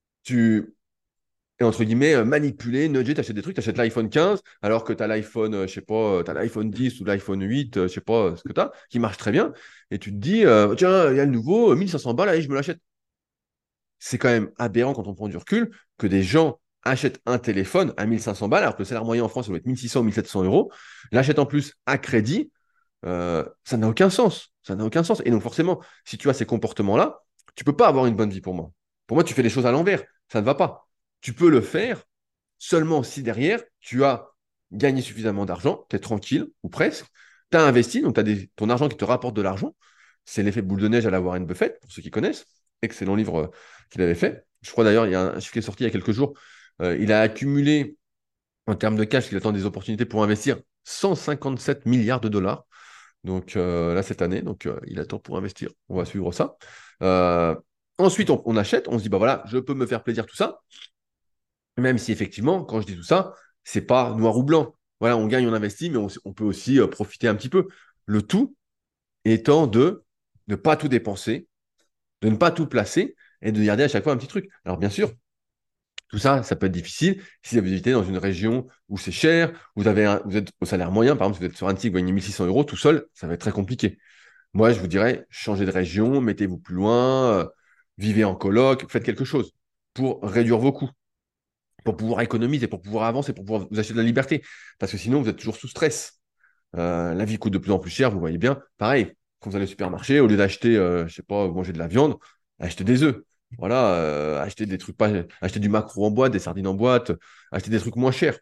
tu es entre guillemets euh, manipulé, nudgé, tu achètes des trucs, tu achètes l'iPhone quinze alors que tu as l'iPhone, euh, je sais pas, tu as l'iPhone dix ou l'iPhone huit, euh, je sais pas euh, ce que tu as, qui marche très bien. Et tu te dis, euh, tiens, il y a le nouveau, euh, mille cinq cents balles, allez, je me l'achète. C'est quand même aberrant quand on prend du recul que des gens achètent un téléphone à mille cinq cents balles, alors que le salaire moyen en France, ça doit être mille six cents ou mille sept cents euros, l'achètent en plus à crédit, euh, ça n'a aucun sens. Ça n'a aucun sens. Et donc forcément, si tu as ces comportements-là, tu peux pas avoir une bonne vie pour moi. Pour moi, tu fais les choses à l'envers. Ça ne va pas. Tu peux le faire seulement si derrière, tu as gagné suffisamment d'argent, tu es tranquille, ou presque, tu as investi, donc tu as ton argent qui te rapporte de l'argent. C'est l'effet boule de neige à la Warren Buffett, pour ceux qui connaissent. Excellent livre euh, qu'il avait fait. Je crois d'ailleurs, il y a un chiffre qui est sorti il y a quelques jours. Euh, il a accumulé, en termes de cash, il attend des opportunités pour investir cent cinquante-sept milliards de dollars. Donc euh, là, cette année, donc euh, il attend pour investir. On va suivre ça. Euh, ensuite, on, on achète, on se dit, bah voilà, je peux me faire plaisir, tout ça. Même si effectivement, quand je dis tout ça, c'est pas noir ou blanc. Voilà, on gagne, on investit, mais on, on peut aussi euh, profiter un petit peu. Le tout étant de ne pas tout dépenser, de ne pas tout placer et de garder à chaque fois un petit truc. Alors bien sûr, tout ça, ça peut être difficile si vous habitez dans une région où c'est cher, vous avez un- vous êtes au salaire moyen, par exemple, si vous êtes sur un Annecy, vous gagnez mille six cents euros tout seul, ça va être très compliqué. Moi, je vous dirais, changez de région, mettez-vous plus loin, euh, vivez en coloc, faites quelque chose pour réduire vos coûts, pour pouvoir économiser, pour pouvoir avancer, pour pouvoir vous acheter de la liberté. Parce que sinon, vous êtes toujours sous stress. Euh, la vie coûte de plus en plus cher, vous voyez bien. Pareil, quand vous allez au supermarché, au lieu d'acheter, euh, je sais pas, manger de la viande, achetez des œufs. Voilà, euh, acheter des trucs pas, acheter du maquereau en boîte, des sardines en boîte, acheter des trucs moins chers.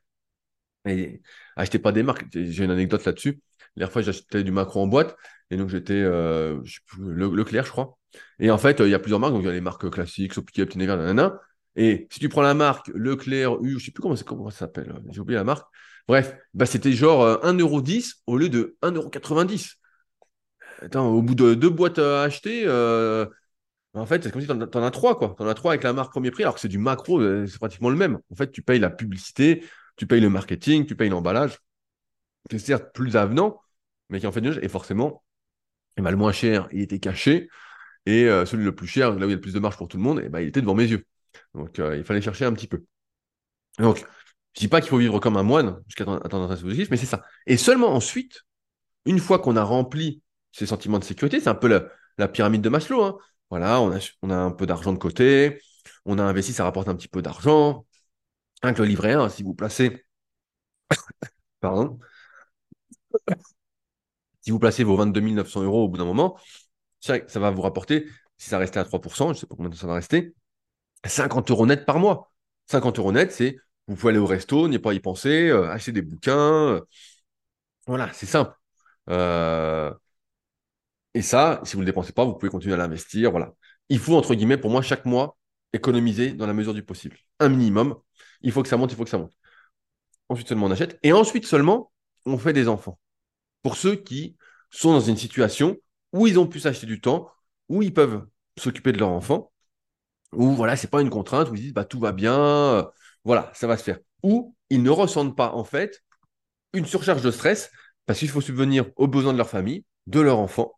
Et achetez pas des marques. J'ai une anecdote là-dessus. La dernière fois, j'achetais du maquereau en boîte, et donc j'étais, euh, je sais plus, Le- Leclerc, je crois. Et en fait, euh, il y a plusieurs marques, donc il y a les marques classiques, Sopiquet, Petit Nevers, nanana. Et si tu prends la marque Leclerc, U, je sais plus comment, c'est- comment ça s'appelle, euh, j'ai oublié la marque. Bref, bah c'était genre euh, un euro dix au lieu de un euro quatre-vingt-dix. Attends, au bout de deux boîtes à acheter, euh, en fait, c'est comme si t'en, t'en as trois, quoi. T'en as trois avec la marque premier prix, alors que c'est du macro, euh, c'est pratiquement le même. En fait, tu payes la publicité, tu payes le marketing, tu payes l'emballage, qui est certes plus avenant, mais qui en fait mieux. Et forcément, eh ben, le moins cher, il était caché, et euh, celui le plus cher, là où il y a le plus de marge pour tout le monde, eh ben, il était devant mes yeux. Donc, euh, il fallait chercher un petit peu. Donc, je dis pas qu'il faut vivre comme un moine jusqu'à atteindre atteindre un objectif, mais c'est ça. Et seulement ensuite, une fois qu'on a rempli ces sentiments de sécurité, c'est un peu la, la pyramide de Maslow, hein. Voilà, on a, on a un peu d'argent de côté, on a investi, ça rapporte un petit peu d'argent. Avec le livret A, si vous placez, pardon, si vous placez vos vingt-deux mille neuf cents euros au bout d'un moment, ça, ça va vous rapporter, si ça restait à trois pour cent, je ne sais pas combien de temps ça va rester, cinquante euros net par mois. cinquante euros net, c'est, vous pouvez aller au resto, n'y pas y penser, euh, acheter des bouquins. euh, voilà, c'est simple. Euh, et ça, si vous ne le dépensez pas, vous pouvez continuer à l'investir. Voilà. Il faut, entre guillemets, pour moi, chaque mois, économiser dans la mesure du possible. Un minimum. Il faut que ça monte, il faut que ça monte. Ensuite seulement on achète. Et ensuite seulement, on fait des enfants. Pour ceux qui sont dans une situation où ils ont pu s'acheter du temps, où ils peuvent s'occuper de leur enfant, où voilà, c'est pas une contrainte, où ils disent bah tout va bien, euh, voilà, ça va se faire. Où ils ne ressentent pas en fait une surcharge de stress parce qu'il faut subvenir aux besoins de leur famille, de leur enfant,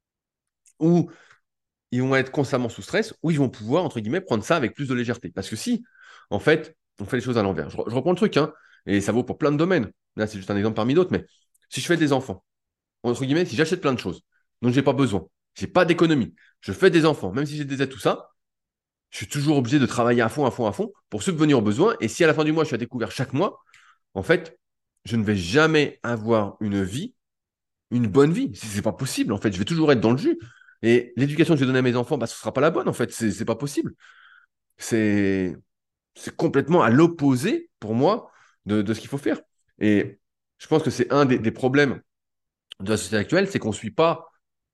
où ils vont être constamment sous stress, où ils vont pouvoir, entre guillemets, prendre ça avec plus de légèreté. Parce que si, en fait, on fait les choses à l'envers. Je, re- je reprends le truc, hein, et ça vaut pour plein de domaines. Là, c'est juste un exemple parmi d'autres, mais si je fais des enfants, entre guillemets, si j'achète plein de choses dont j'ai pas besoin, j'ai pas d'économie, je fais des enfants, même si j'ai des aides, tout ça, je suis toujours obligé de travailler à fond, à fond, à fond pour subvenir aux besoins. Et si à la fin du mois, je suis à découvert chaque mois, en fait, je ne vais jamais avoir une vie, une bonne vie. C'est c'est pas possible, en fait. Je vais toujours être dans le jus. Et l'éducation que je vais donner à mes enfants, bah, ce sera pas la bonne, en fait. C'est c'est pas possible. C'est c'est complètement à l'opposé, pour moi, de, de ce qu'il faut faire. Et je pense que c'est un des, des problèmes de la société actuelle, c'est qu'on ne suit pas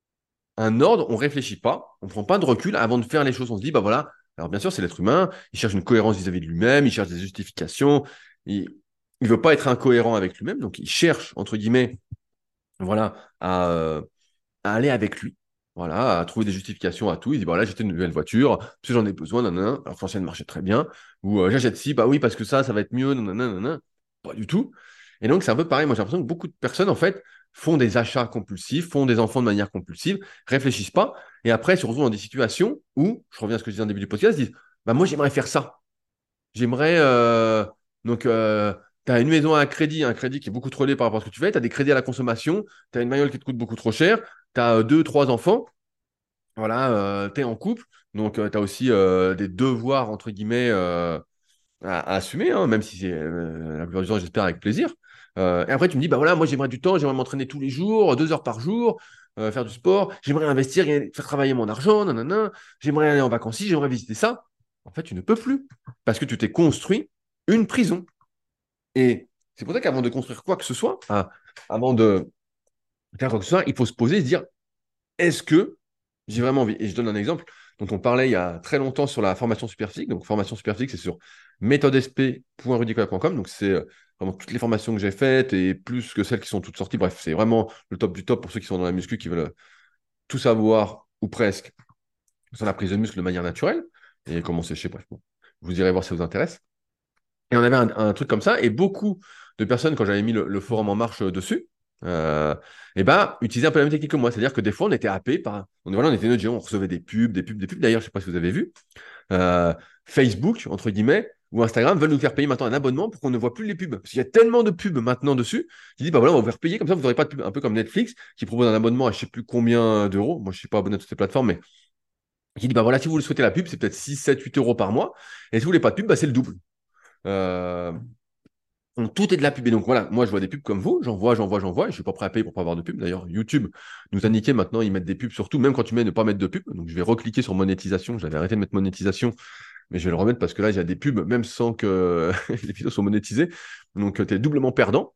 un ordre, on réfléchit pas, on prend pas de recul avant de faire les choses. On se dit, bah voilà, alors bien sûr, c'est l'être humain, il cherche une cohérence vis-à-vis de lui-même, il cherche des justifications, il ne veut pas être incohérent avec lui-même, donc il cherche, entre guillemets, voilà, à, euh, à aller avec lui, voilà, à trouver des justifications à tout. Il dit, bah là, j'achète une nouvelle voiture, parce que j'en ai besoin, nanana, alors que l'ancienne marchait très bien, ou euh, j'achète ci, bah oui, parce que ça, ça va être mieux, nanana, nanana. Pas du tout. Et donc, c'est un peu pareil. Moi, j'ai l'impression que beaucoup de personnes, en fait, font des achats compulsifs, font des enfants de manière compulsive, réfléchissent pas, et après, se retrouvent dans des situations où, je reviens à ce que je disais en début du podcast, ils disent, bah moi, j'aimerais faire ça. J'aimerais, euh, donc, euh, tu as une maison à un crédit, un crédit qui est beaucoup trop élevé par rapport à ce que tu fais, tu as des crédits à la consommation, tu as une bagnole qui te coûte beaucoup trop cher, tu as deux, trois enfants, voilà, euh, tu es en couple, donc tu as aussi euh, des devoirs, entre guillemets, euh, à, à assumer, hein, même si c'est euh, la plupart du temps, j'espère, avec plaisir. Euh, et après, tu me dis, bah voilà, moi j'aimerais du temps, j'aimerais m'entraîner tous les jours, deux heures par jour, euh, faire du sport, j'aimerais investir, et faire travailler mon argent, nanana, j'aimerais aller en vacances, ici, j'aimerais visiter ça. En fait, tu ne peux plus, parce que tu t'es construit une prison. Et c'est pour ça qu'avant de construire quoi que ce soit, ah, avant de faire quoi que ce soit, il faut se poser et se dire, est-ce que j'ai vraiment envie? Et je donne un exemple dont on parlait il y a très longtemps sur la formation superphysique. Donc, formation superphysique, c'est sur méthode s p point rudicola point com. Donc, c'est euh, vraiment toutes les formations que j'ai faites et plus que celles qui sont toutes sorties. Bref, c'est vraiment le top du top pour ceux qui sont dans la muscu, qui veulent tout savoir, ou presque, sur la prise de muscle de manière naturelle et comment sécher. Bref, bon. Vous irez voir si ça vous intéresse. Et on avait un, un truc comme ça, et beaucoup de personnes, quand j'avais mis le, le forum en marche euh, dessus, euh, et ben, utilisaient un peu la même technique que moi. C'est-à-dire que des fois, on était happé par. On, voilà, on était notre géant, on recevait des pubs, des pubs, des pubs. D'ailleurs, je ne sais pas si vous avez vu. euh, Facebook, entre guillemets, ou Instagram veulent nous faire payer maintenant un abonnement pour qu'on ne voit plus les pubs. Parce qu'il y a tellement de pubs maintenant dessus, qui disent, bah voilà, on va vous faire payer, comme ça, vous n'aurez pas de pub. Un peu comme Netflix, qui propose un abonnement à je ne sais plus combien d'euros. Moi, je ne suis pas abonné à toutes ces plateformes, mais qui dit, bah voilà, si vous le souhaitez la pub, c'est peut-être six, sept, huit euros par mois. Et si vous voulez pas de pub, bah, c'est le double. Euh, donc, tout est de la pub. Et donc voilà, moi je vois des pubs comme vous, j'en vois, j'en vois, j'en vois, et je suis pas prêt à payer pour pas avoir de pub. D'ailleurs, YouTube nous a niqué maintenant, ils mettent des pubs sur tout, même quand tu mets ne pas mettre de pub. Donc je vais recliquer sur monétisation. J'avais arrêté de mettre monétisation, mais je vais le remettre parce que là, il y a des pubs, même sans que les vidéos soient monétisées. Donc tu es doublement perdant.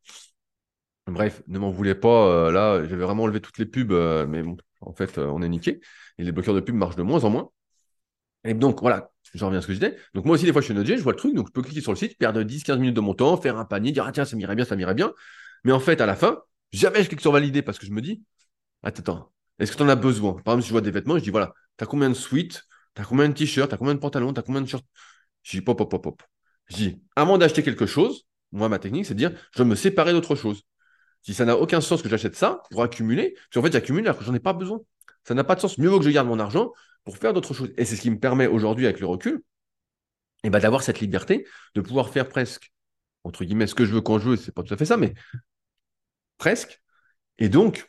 Bref, ne m'en voulez pas. Euh, là, j'avais vraiment enlevé toutes les pubs, euh, mais bon, en fait, euh, on est niqué. Et les bloqueurs de pubs marchent de moins en moins. Et donc, voilà, je reviens à ce que je disais. Donc, moi aussi, des fois, je suis Node.js, je vois le truc, donc je peux cliquer sur le site, perdre dix quinze minutes de mon temps, faire un panier, dire, ah tiens, ça m'irait bien, ça m'irait bien. Mais en fait, à la fin, jamais je clique sur valider parce que je me dis, attends, attends, est-ce que tu en as besoin? Par exemple, si je vois des vêtements, je dis, voilà, t'as combien de sweats, t'as combien de t-shirts, t'as combien de pantalons, t'as combien de shirts? Je dis, pop, pop, pop, pop. Je dis, avant d'acheter quelque chose, moi, ma technique, c'est de dire, je dois me séparer d'autre chose. Si ça n'a aucun sens que j'achète ça pour accumuler, parce qu'en fait, j'accumule alors que j'en ai pas besoin. Ça n'a pas de sens. Mieux vaut que je garde mon argent pour faire d'autres choses. Et c'est ce qui me permet aujourd'hui, avec le recul, et ben, d'avoir cette liberté de pouvoir faire presque, entre guillemets, ce que je veux quand je veux, c'est pas tout à fait ça, mais presque. Et donc,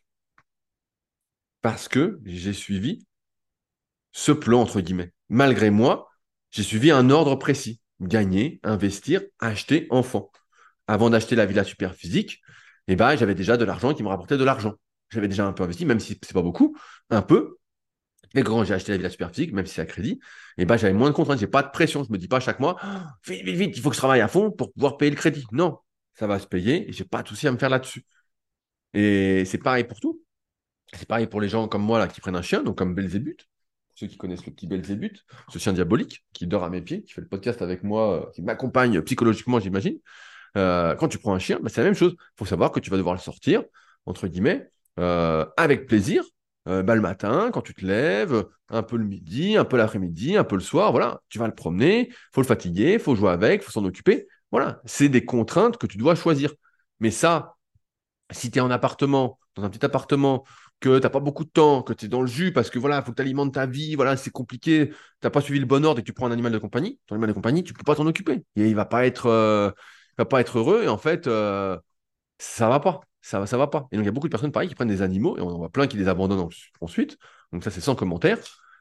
parce que j'ai suivi ce plan, entre guillemets. Malgré moi, j'ai suivi un ordre précis. Gagner, investir, acheter, enfant. Avant d'acheter la villa super physique, eh ben, j'avais déjà de l'argent qui me rapportait de l'argent. J'avais déjà un peu investi, même si c'est pas beaucoup, un peu. Et quand j'ai acheté la villa super physique, même si c'est à crédit, eh ben, j'avais moins de contraintes, j'ai pas de pression. Je me dis pas chaque mois, ah, vite, vite, vite, il faut que je travaille à fond pour pouvoir payer le crédit. Non, ça va se payer et j'ai pas de souci à me faire là-dessus. Et c'est pareil pour tout. C'est pareil pour les gens comme moi là qui prennent un chien, donc comme Belzébuth. ceux qui connaissent le petit Belzébuth, ce chien diabolique qui dort à mes pieds, qui fait le podcast avec moi, euh, qui m'accompagne psychologiquement, j'imagine. Euh, quand tu prends un chien, bah, c'est la même chose. Il faut savoir que tu vas devoir le sortir, entre guillemets, euh, avec plaisir, euh, bah, le matin, quand tu te lèves, un peu le midi, un peu l'après-midi, un peu le soir, voilà. Tu vas le promener, faut le fatiguer, faut jouer avec, faut s'en occuper. Voilà, c'est des contraintes que tu dois choisir. Mais ça, si tu es en appartement, dans un petit appartement, que tu n'as pas beaucoup de temps, que tu es dans le jus parce que voilà, il faut que tu alimentes ta vie, voilà, c'est compliqué, tu n'as pas suivi le bon ordre et que tu prends un animal de compagnie, ton animal de compagnie, tu ne peux pas t'en occuper. Et il va pas être, euh, il va pas être heureux et en fait, euh, ça va pas. Ça va, ça va pas. Et donc, il y a beaucoup de personnes, pareil, qui prennent des animaux et on en voit plein qui les abandonnent en- ensuite. Donc, ça, c'est sans commentaire.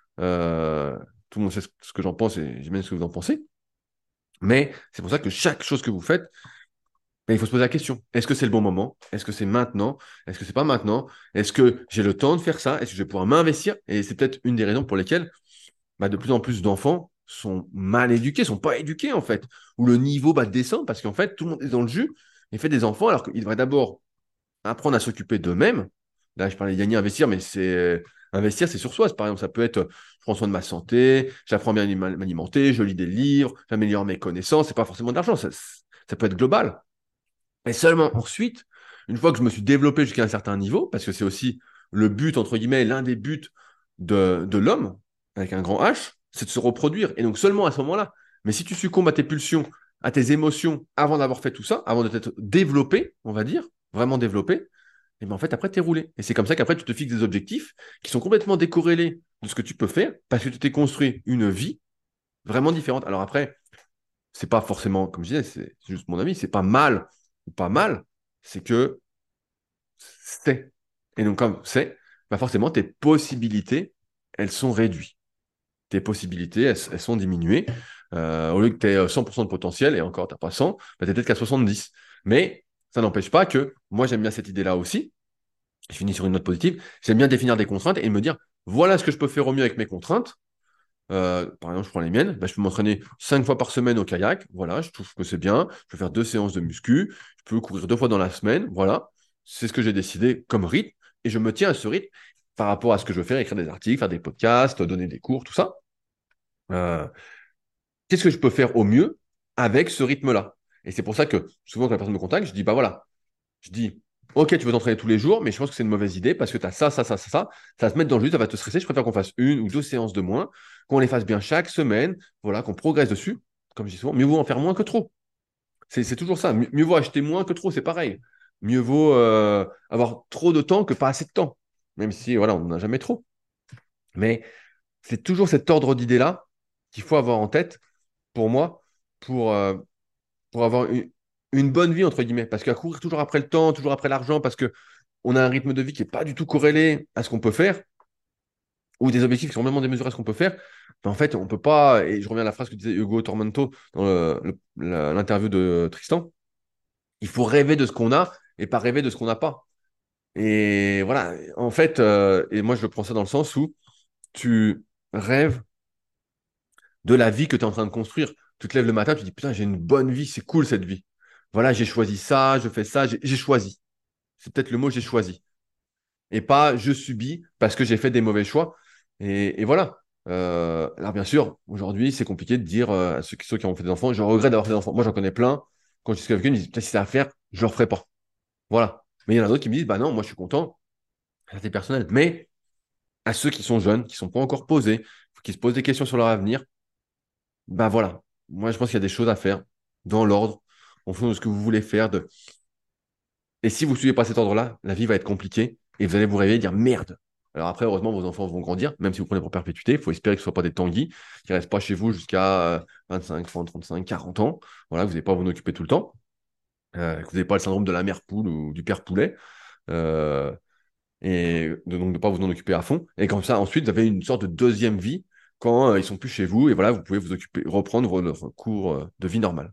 Euh, Tout le monde sait ce ce que j'en pense et j'imagine ce que vous en pensez. Mais c'est pour ça que chaque chose que vous faites, mais il faut se poser la question. Est-ce que c'est le bon moment? Est-ce que c'est maintenant? Est-ce que c'est pas maintenant? Est-ce que j'ai le temps de faire ça? Est-ce que je vais pouvoir m'investir? Et c'est peut-être une des raisons pour lesquelles bah, de plus en plus d'enfants sont mal éduqués, sont pas éduqués en fait, où le niveau bah, descend parce qu'en fait tout le monde est dans le jus et fait des enfants alors qu'ils devraient d'abord apprendre à s'occuper d'eux-mêmes. Là, je parlais de gagner, investir, mais c'est investir, c'est sur soi. Par exemple, ça peut être je prends soin de ma santé, j'apprends bien à m'alimenter, je lis des livres, j'améliore mes connaissances. C'est pas forcément de l'argent, ça, ça peut être global. Et seulement ensuite, une fois que je me suis développé jusqu'à un certain niveau, parce que c'est aussi le but, entre guillemets, l'un des buts de, de l'homme, avec un grand H, c'est de se reproduire. Et donc seulement à ce moment-là. Mais si tu succombes à tes pulsions, à tes émotions, avant d'avoir fait tout ça, avant de t'être développé, on va dire, vraiment développé, et bien en fait, après, t'es roulé. Et c'est comme ça qu'après, tu te fixes des objectifs qui sont complètement décorrélés de ce que tu peux faire, parce que tu t'es construit une vie vraiment différente. Alors après, c'est pas forcément, comme je disais, c'est juste mon avis, c'est pas mal ou pas mal, c'est que c'est. Et donc, comme c'est, bah forcément, tes possibilités, elles sont réduites. Tes possibilités, elles, elles sont diminuées. Euh, au lieu que tu aies cent pour cent de potentiel, et encore, tu n'as pas cent, bah, tu es peut-être qu'à soixante-dix. Mais ça n'empêche pas que moi, j'aime bien cette idée-là aussi. Je finis sur une note positive. J'aime bien définir des contraintes et me dire, voilà ce que je peux faire au mieux avec mes contraintes. Euh, par exemple, je prends les miennes, bah, je peux m'entraîner cinq fois par semaine au kayak, voilà, je trouve que c'est bien. Je peux faire deux séances de muscu, je peux courir deux fois dans la semaine, voilà. C'est ce que j'ai décidé comme rythme, et je me tiens à ce rythme par rapport à ce que je veux faire, écrire des articles, faire des podcasts, donner des cours, tout ça. Euh, Qu'est-ce que je peux faire au mieux avec ce rythme-là? Et c'est pour ça que souvent quand la personne me contacte, je dis, bah voilà, je dis, ok, tu veux t'entraîner tous les jours, mais je pense que c'est une mauvaise idée parce que tu as ça, ça, ça, ça, ça, ça va te mettre dans le jus, ça va te stresser. Je préfère qu'on fasse une ou deux séances de moins, qu'on les fasse bien chaque semaine, voilà, qu'on progresse dessus. Comme je dis souvent, mieux vaut en faire moins que trop. C'est c'est toujours ça. Mieux, mieux vaut acheter moins que trop, c'est pareil. Mieux vaut euh, avoir trop de temps que pas assez de temps. Même si, voilà, on n'en a jamais trop. Mais c'est toujours cet ordre d'idées-là qu'il faut avoir en tête, pour moi, pour, euh, pour avoir une, une bonne vie, entre guillemets. Parce qu'à courir toujours après le temps, toujours après l'argent, parce que on a un rythme de vie qui n'est pas du tout corrélé à ce qu'on peut faire, ou des objectifs qui sont vraiment démesurés à ce qu'on peut faire, ben en fait, on peut pas, et je reviens à la phrase que disait Hugo Tormento dans le- le- la- l'interview de Tristan, il faut rêver de ce qu'on a et pas rêver de ce qu'on n'a pas. Et voilà, en fait, euh, et moi je prends ça dans le sens où tu rêves de la vie que tu es en train de construire. Tu te lèves le matin, tu te dis, putain, j'ai une bonne vie, c'est cool cette vie. Voilà, j'ai choisi ça, je fais ça, j'ai j'ai choisi. C'est peut-être le mot j'ai choisi. Et pas je subis parce que j'ai fait des mauvais choix. Et, et voilà. Euh, alors bien sûr, aujourd'hui, c'est compliqué de dire euh, à ceux, qui- ceux qui ont fait des enfants, je regrette d'avoir fait des enfants. Moi, j'en connais plein. Quand je discute avec eux, ils me disent, putain, si c'est à faire, je le referai pas. Voilà. Mais il y en a d'autres qui me disent, bah non, moi, je suis content. Ça, c'est personnel. Mais à ceux qui sont jeunes, qui sont pas encore posés, qui se posent des questions sur leur avenir, bah voilà. Moi, je pense qu'il y a des choses à faire dans l'ordre, en fonction de ce que vous voulez faire. De... Et si vous ne suivez pas cet ordre-là, la vie va être compliquée et vous allez vous réveiller et dire merde. Alors après, heureusement, vos enfants vont grandir, même si vous prenez pour perpétuité. Il faut espérer que ce ne soient pas des tanguis qui ne restent pas chez vous jusqu'à euh, vingt-cinq, trente, trente-cinq, quarante ans. Voilà, vous n'allez pas à vous en occuper tout le temps. Euh, que vous n'avez pas le syndrome de la mère poule ou du père poulet. Euh, et de, donc de ne pas vous en occuper à fond. Et comme ça, ensuite, vous avez une sorte de deuxième vie quand euh, ils sont plus chez vous. Et voilà, vous pouvez vous occuper, reprendre votre cours euh, de vie normale.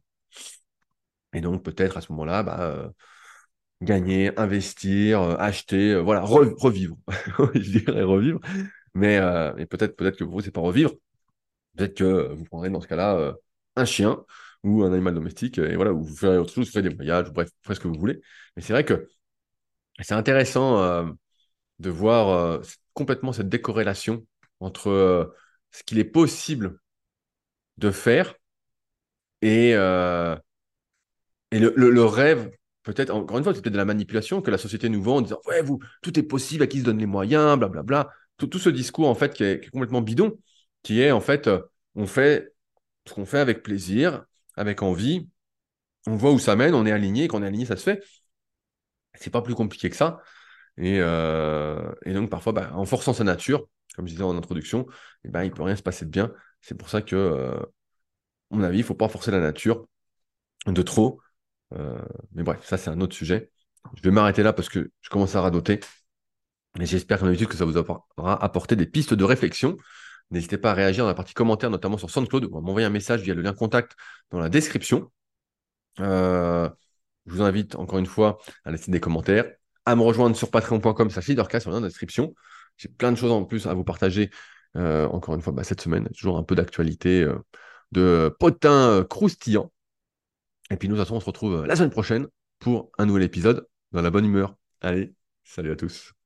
Et donc, peut-être à ce moment-là, bah, euh, gagner, investir, euh, acheter, euh, voilà, re- revivre. Je dirais revivre. Mais, euh, mais peut-être peut-être que pour vous, c'est pas revivre. Peut-être que vous prendrez dans ce cas-là euh, un chien ou un animal domestique, et voilà, ou vous ferez autre chose, vous ferez des voyages, bref, vous ferez ce que vous voulez. Mais c'est vrai que c'est intéressant euh, de voir euh, complètement cette décorrélation entre euh, ce qu'il est possible de faire et, euh, et le, le- le rêve, peut-être, encore une fois, c'est peut-être de la manipulation que la société nous vend en disant, ouais, vous, tout est possible, à qui se donne les moyens, blablabla. Tout, tout ce discours, en fait, qui est, qui est complètement bidon, qui est, en fait, euh, on fait ce qu'on fait avec plaisir, avec envie, on voit où ça mène, on est aligné, quand on est aligné, ça se fait. C'est pas plus compliqué que ça. Et, euh, et donc, parfois, bah, en forçant sa nature, comme je disais en introduction, eh ben, il peut rien se passer de bien. C'est pour ça que, euh, à mon avis, il faut pas forcer la nature de trop. Euh, mais bref, ça, c'est un autre sujet. Je vais m'arrêter là parce que je commence à radoter. Et j'espère, comme d'habitude, que ça vous aura apporté des pistes de réflexion. N'hésitez pas à réagir dans la partie commentaire, notamment sur SoundCloud, ou à m'envoyer un message via le lien contact dans la description. Euh, je vous invite encore une fois à laisser des commentaires, à me rejoindre sur patreon point com slash leadercast sur le lien de description. J'ai plein de choses en plus à vous partager. Euh, encore une fois, bah, cette semaine, toujours un peu d'actualité, euh, de potins euh, croustillants. Et puis nous, de toute façon, on se retrouve euh, la semaine prochaine pour un nouvel épisode dans la bonne humeur. Allez, salut à tous.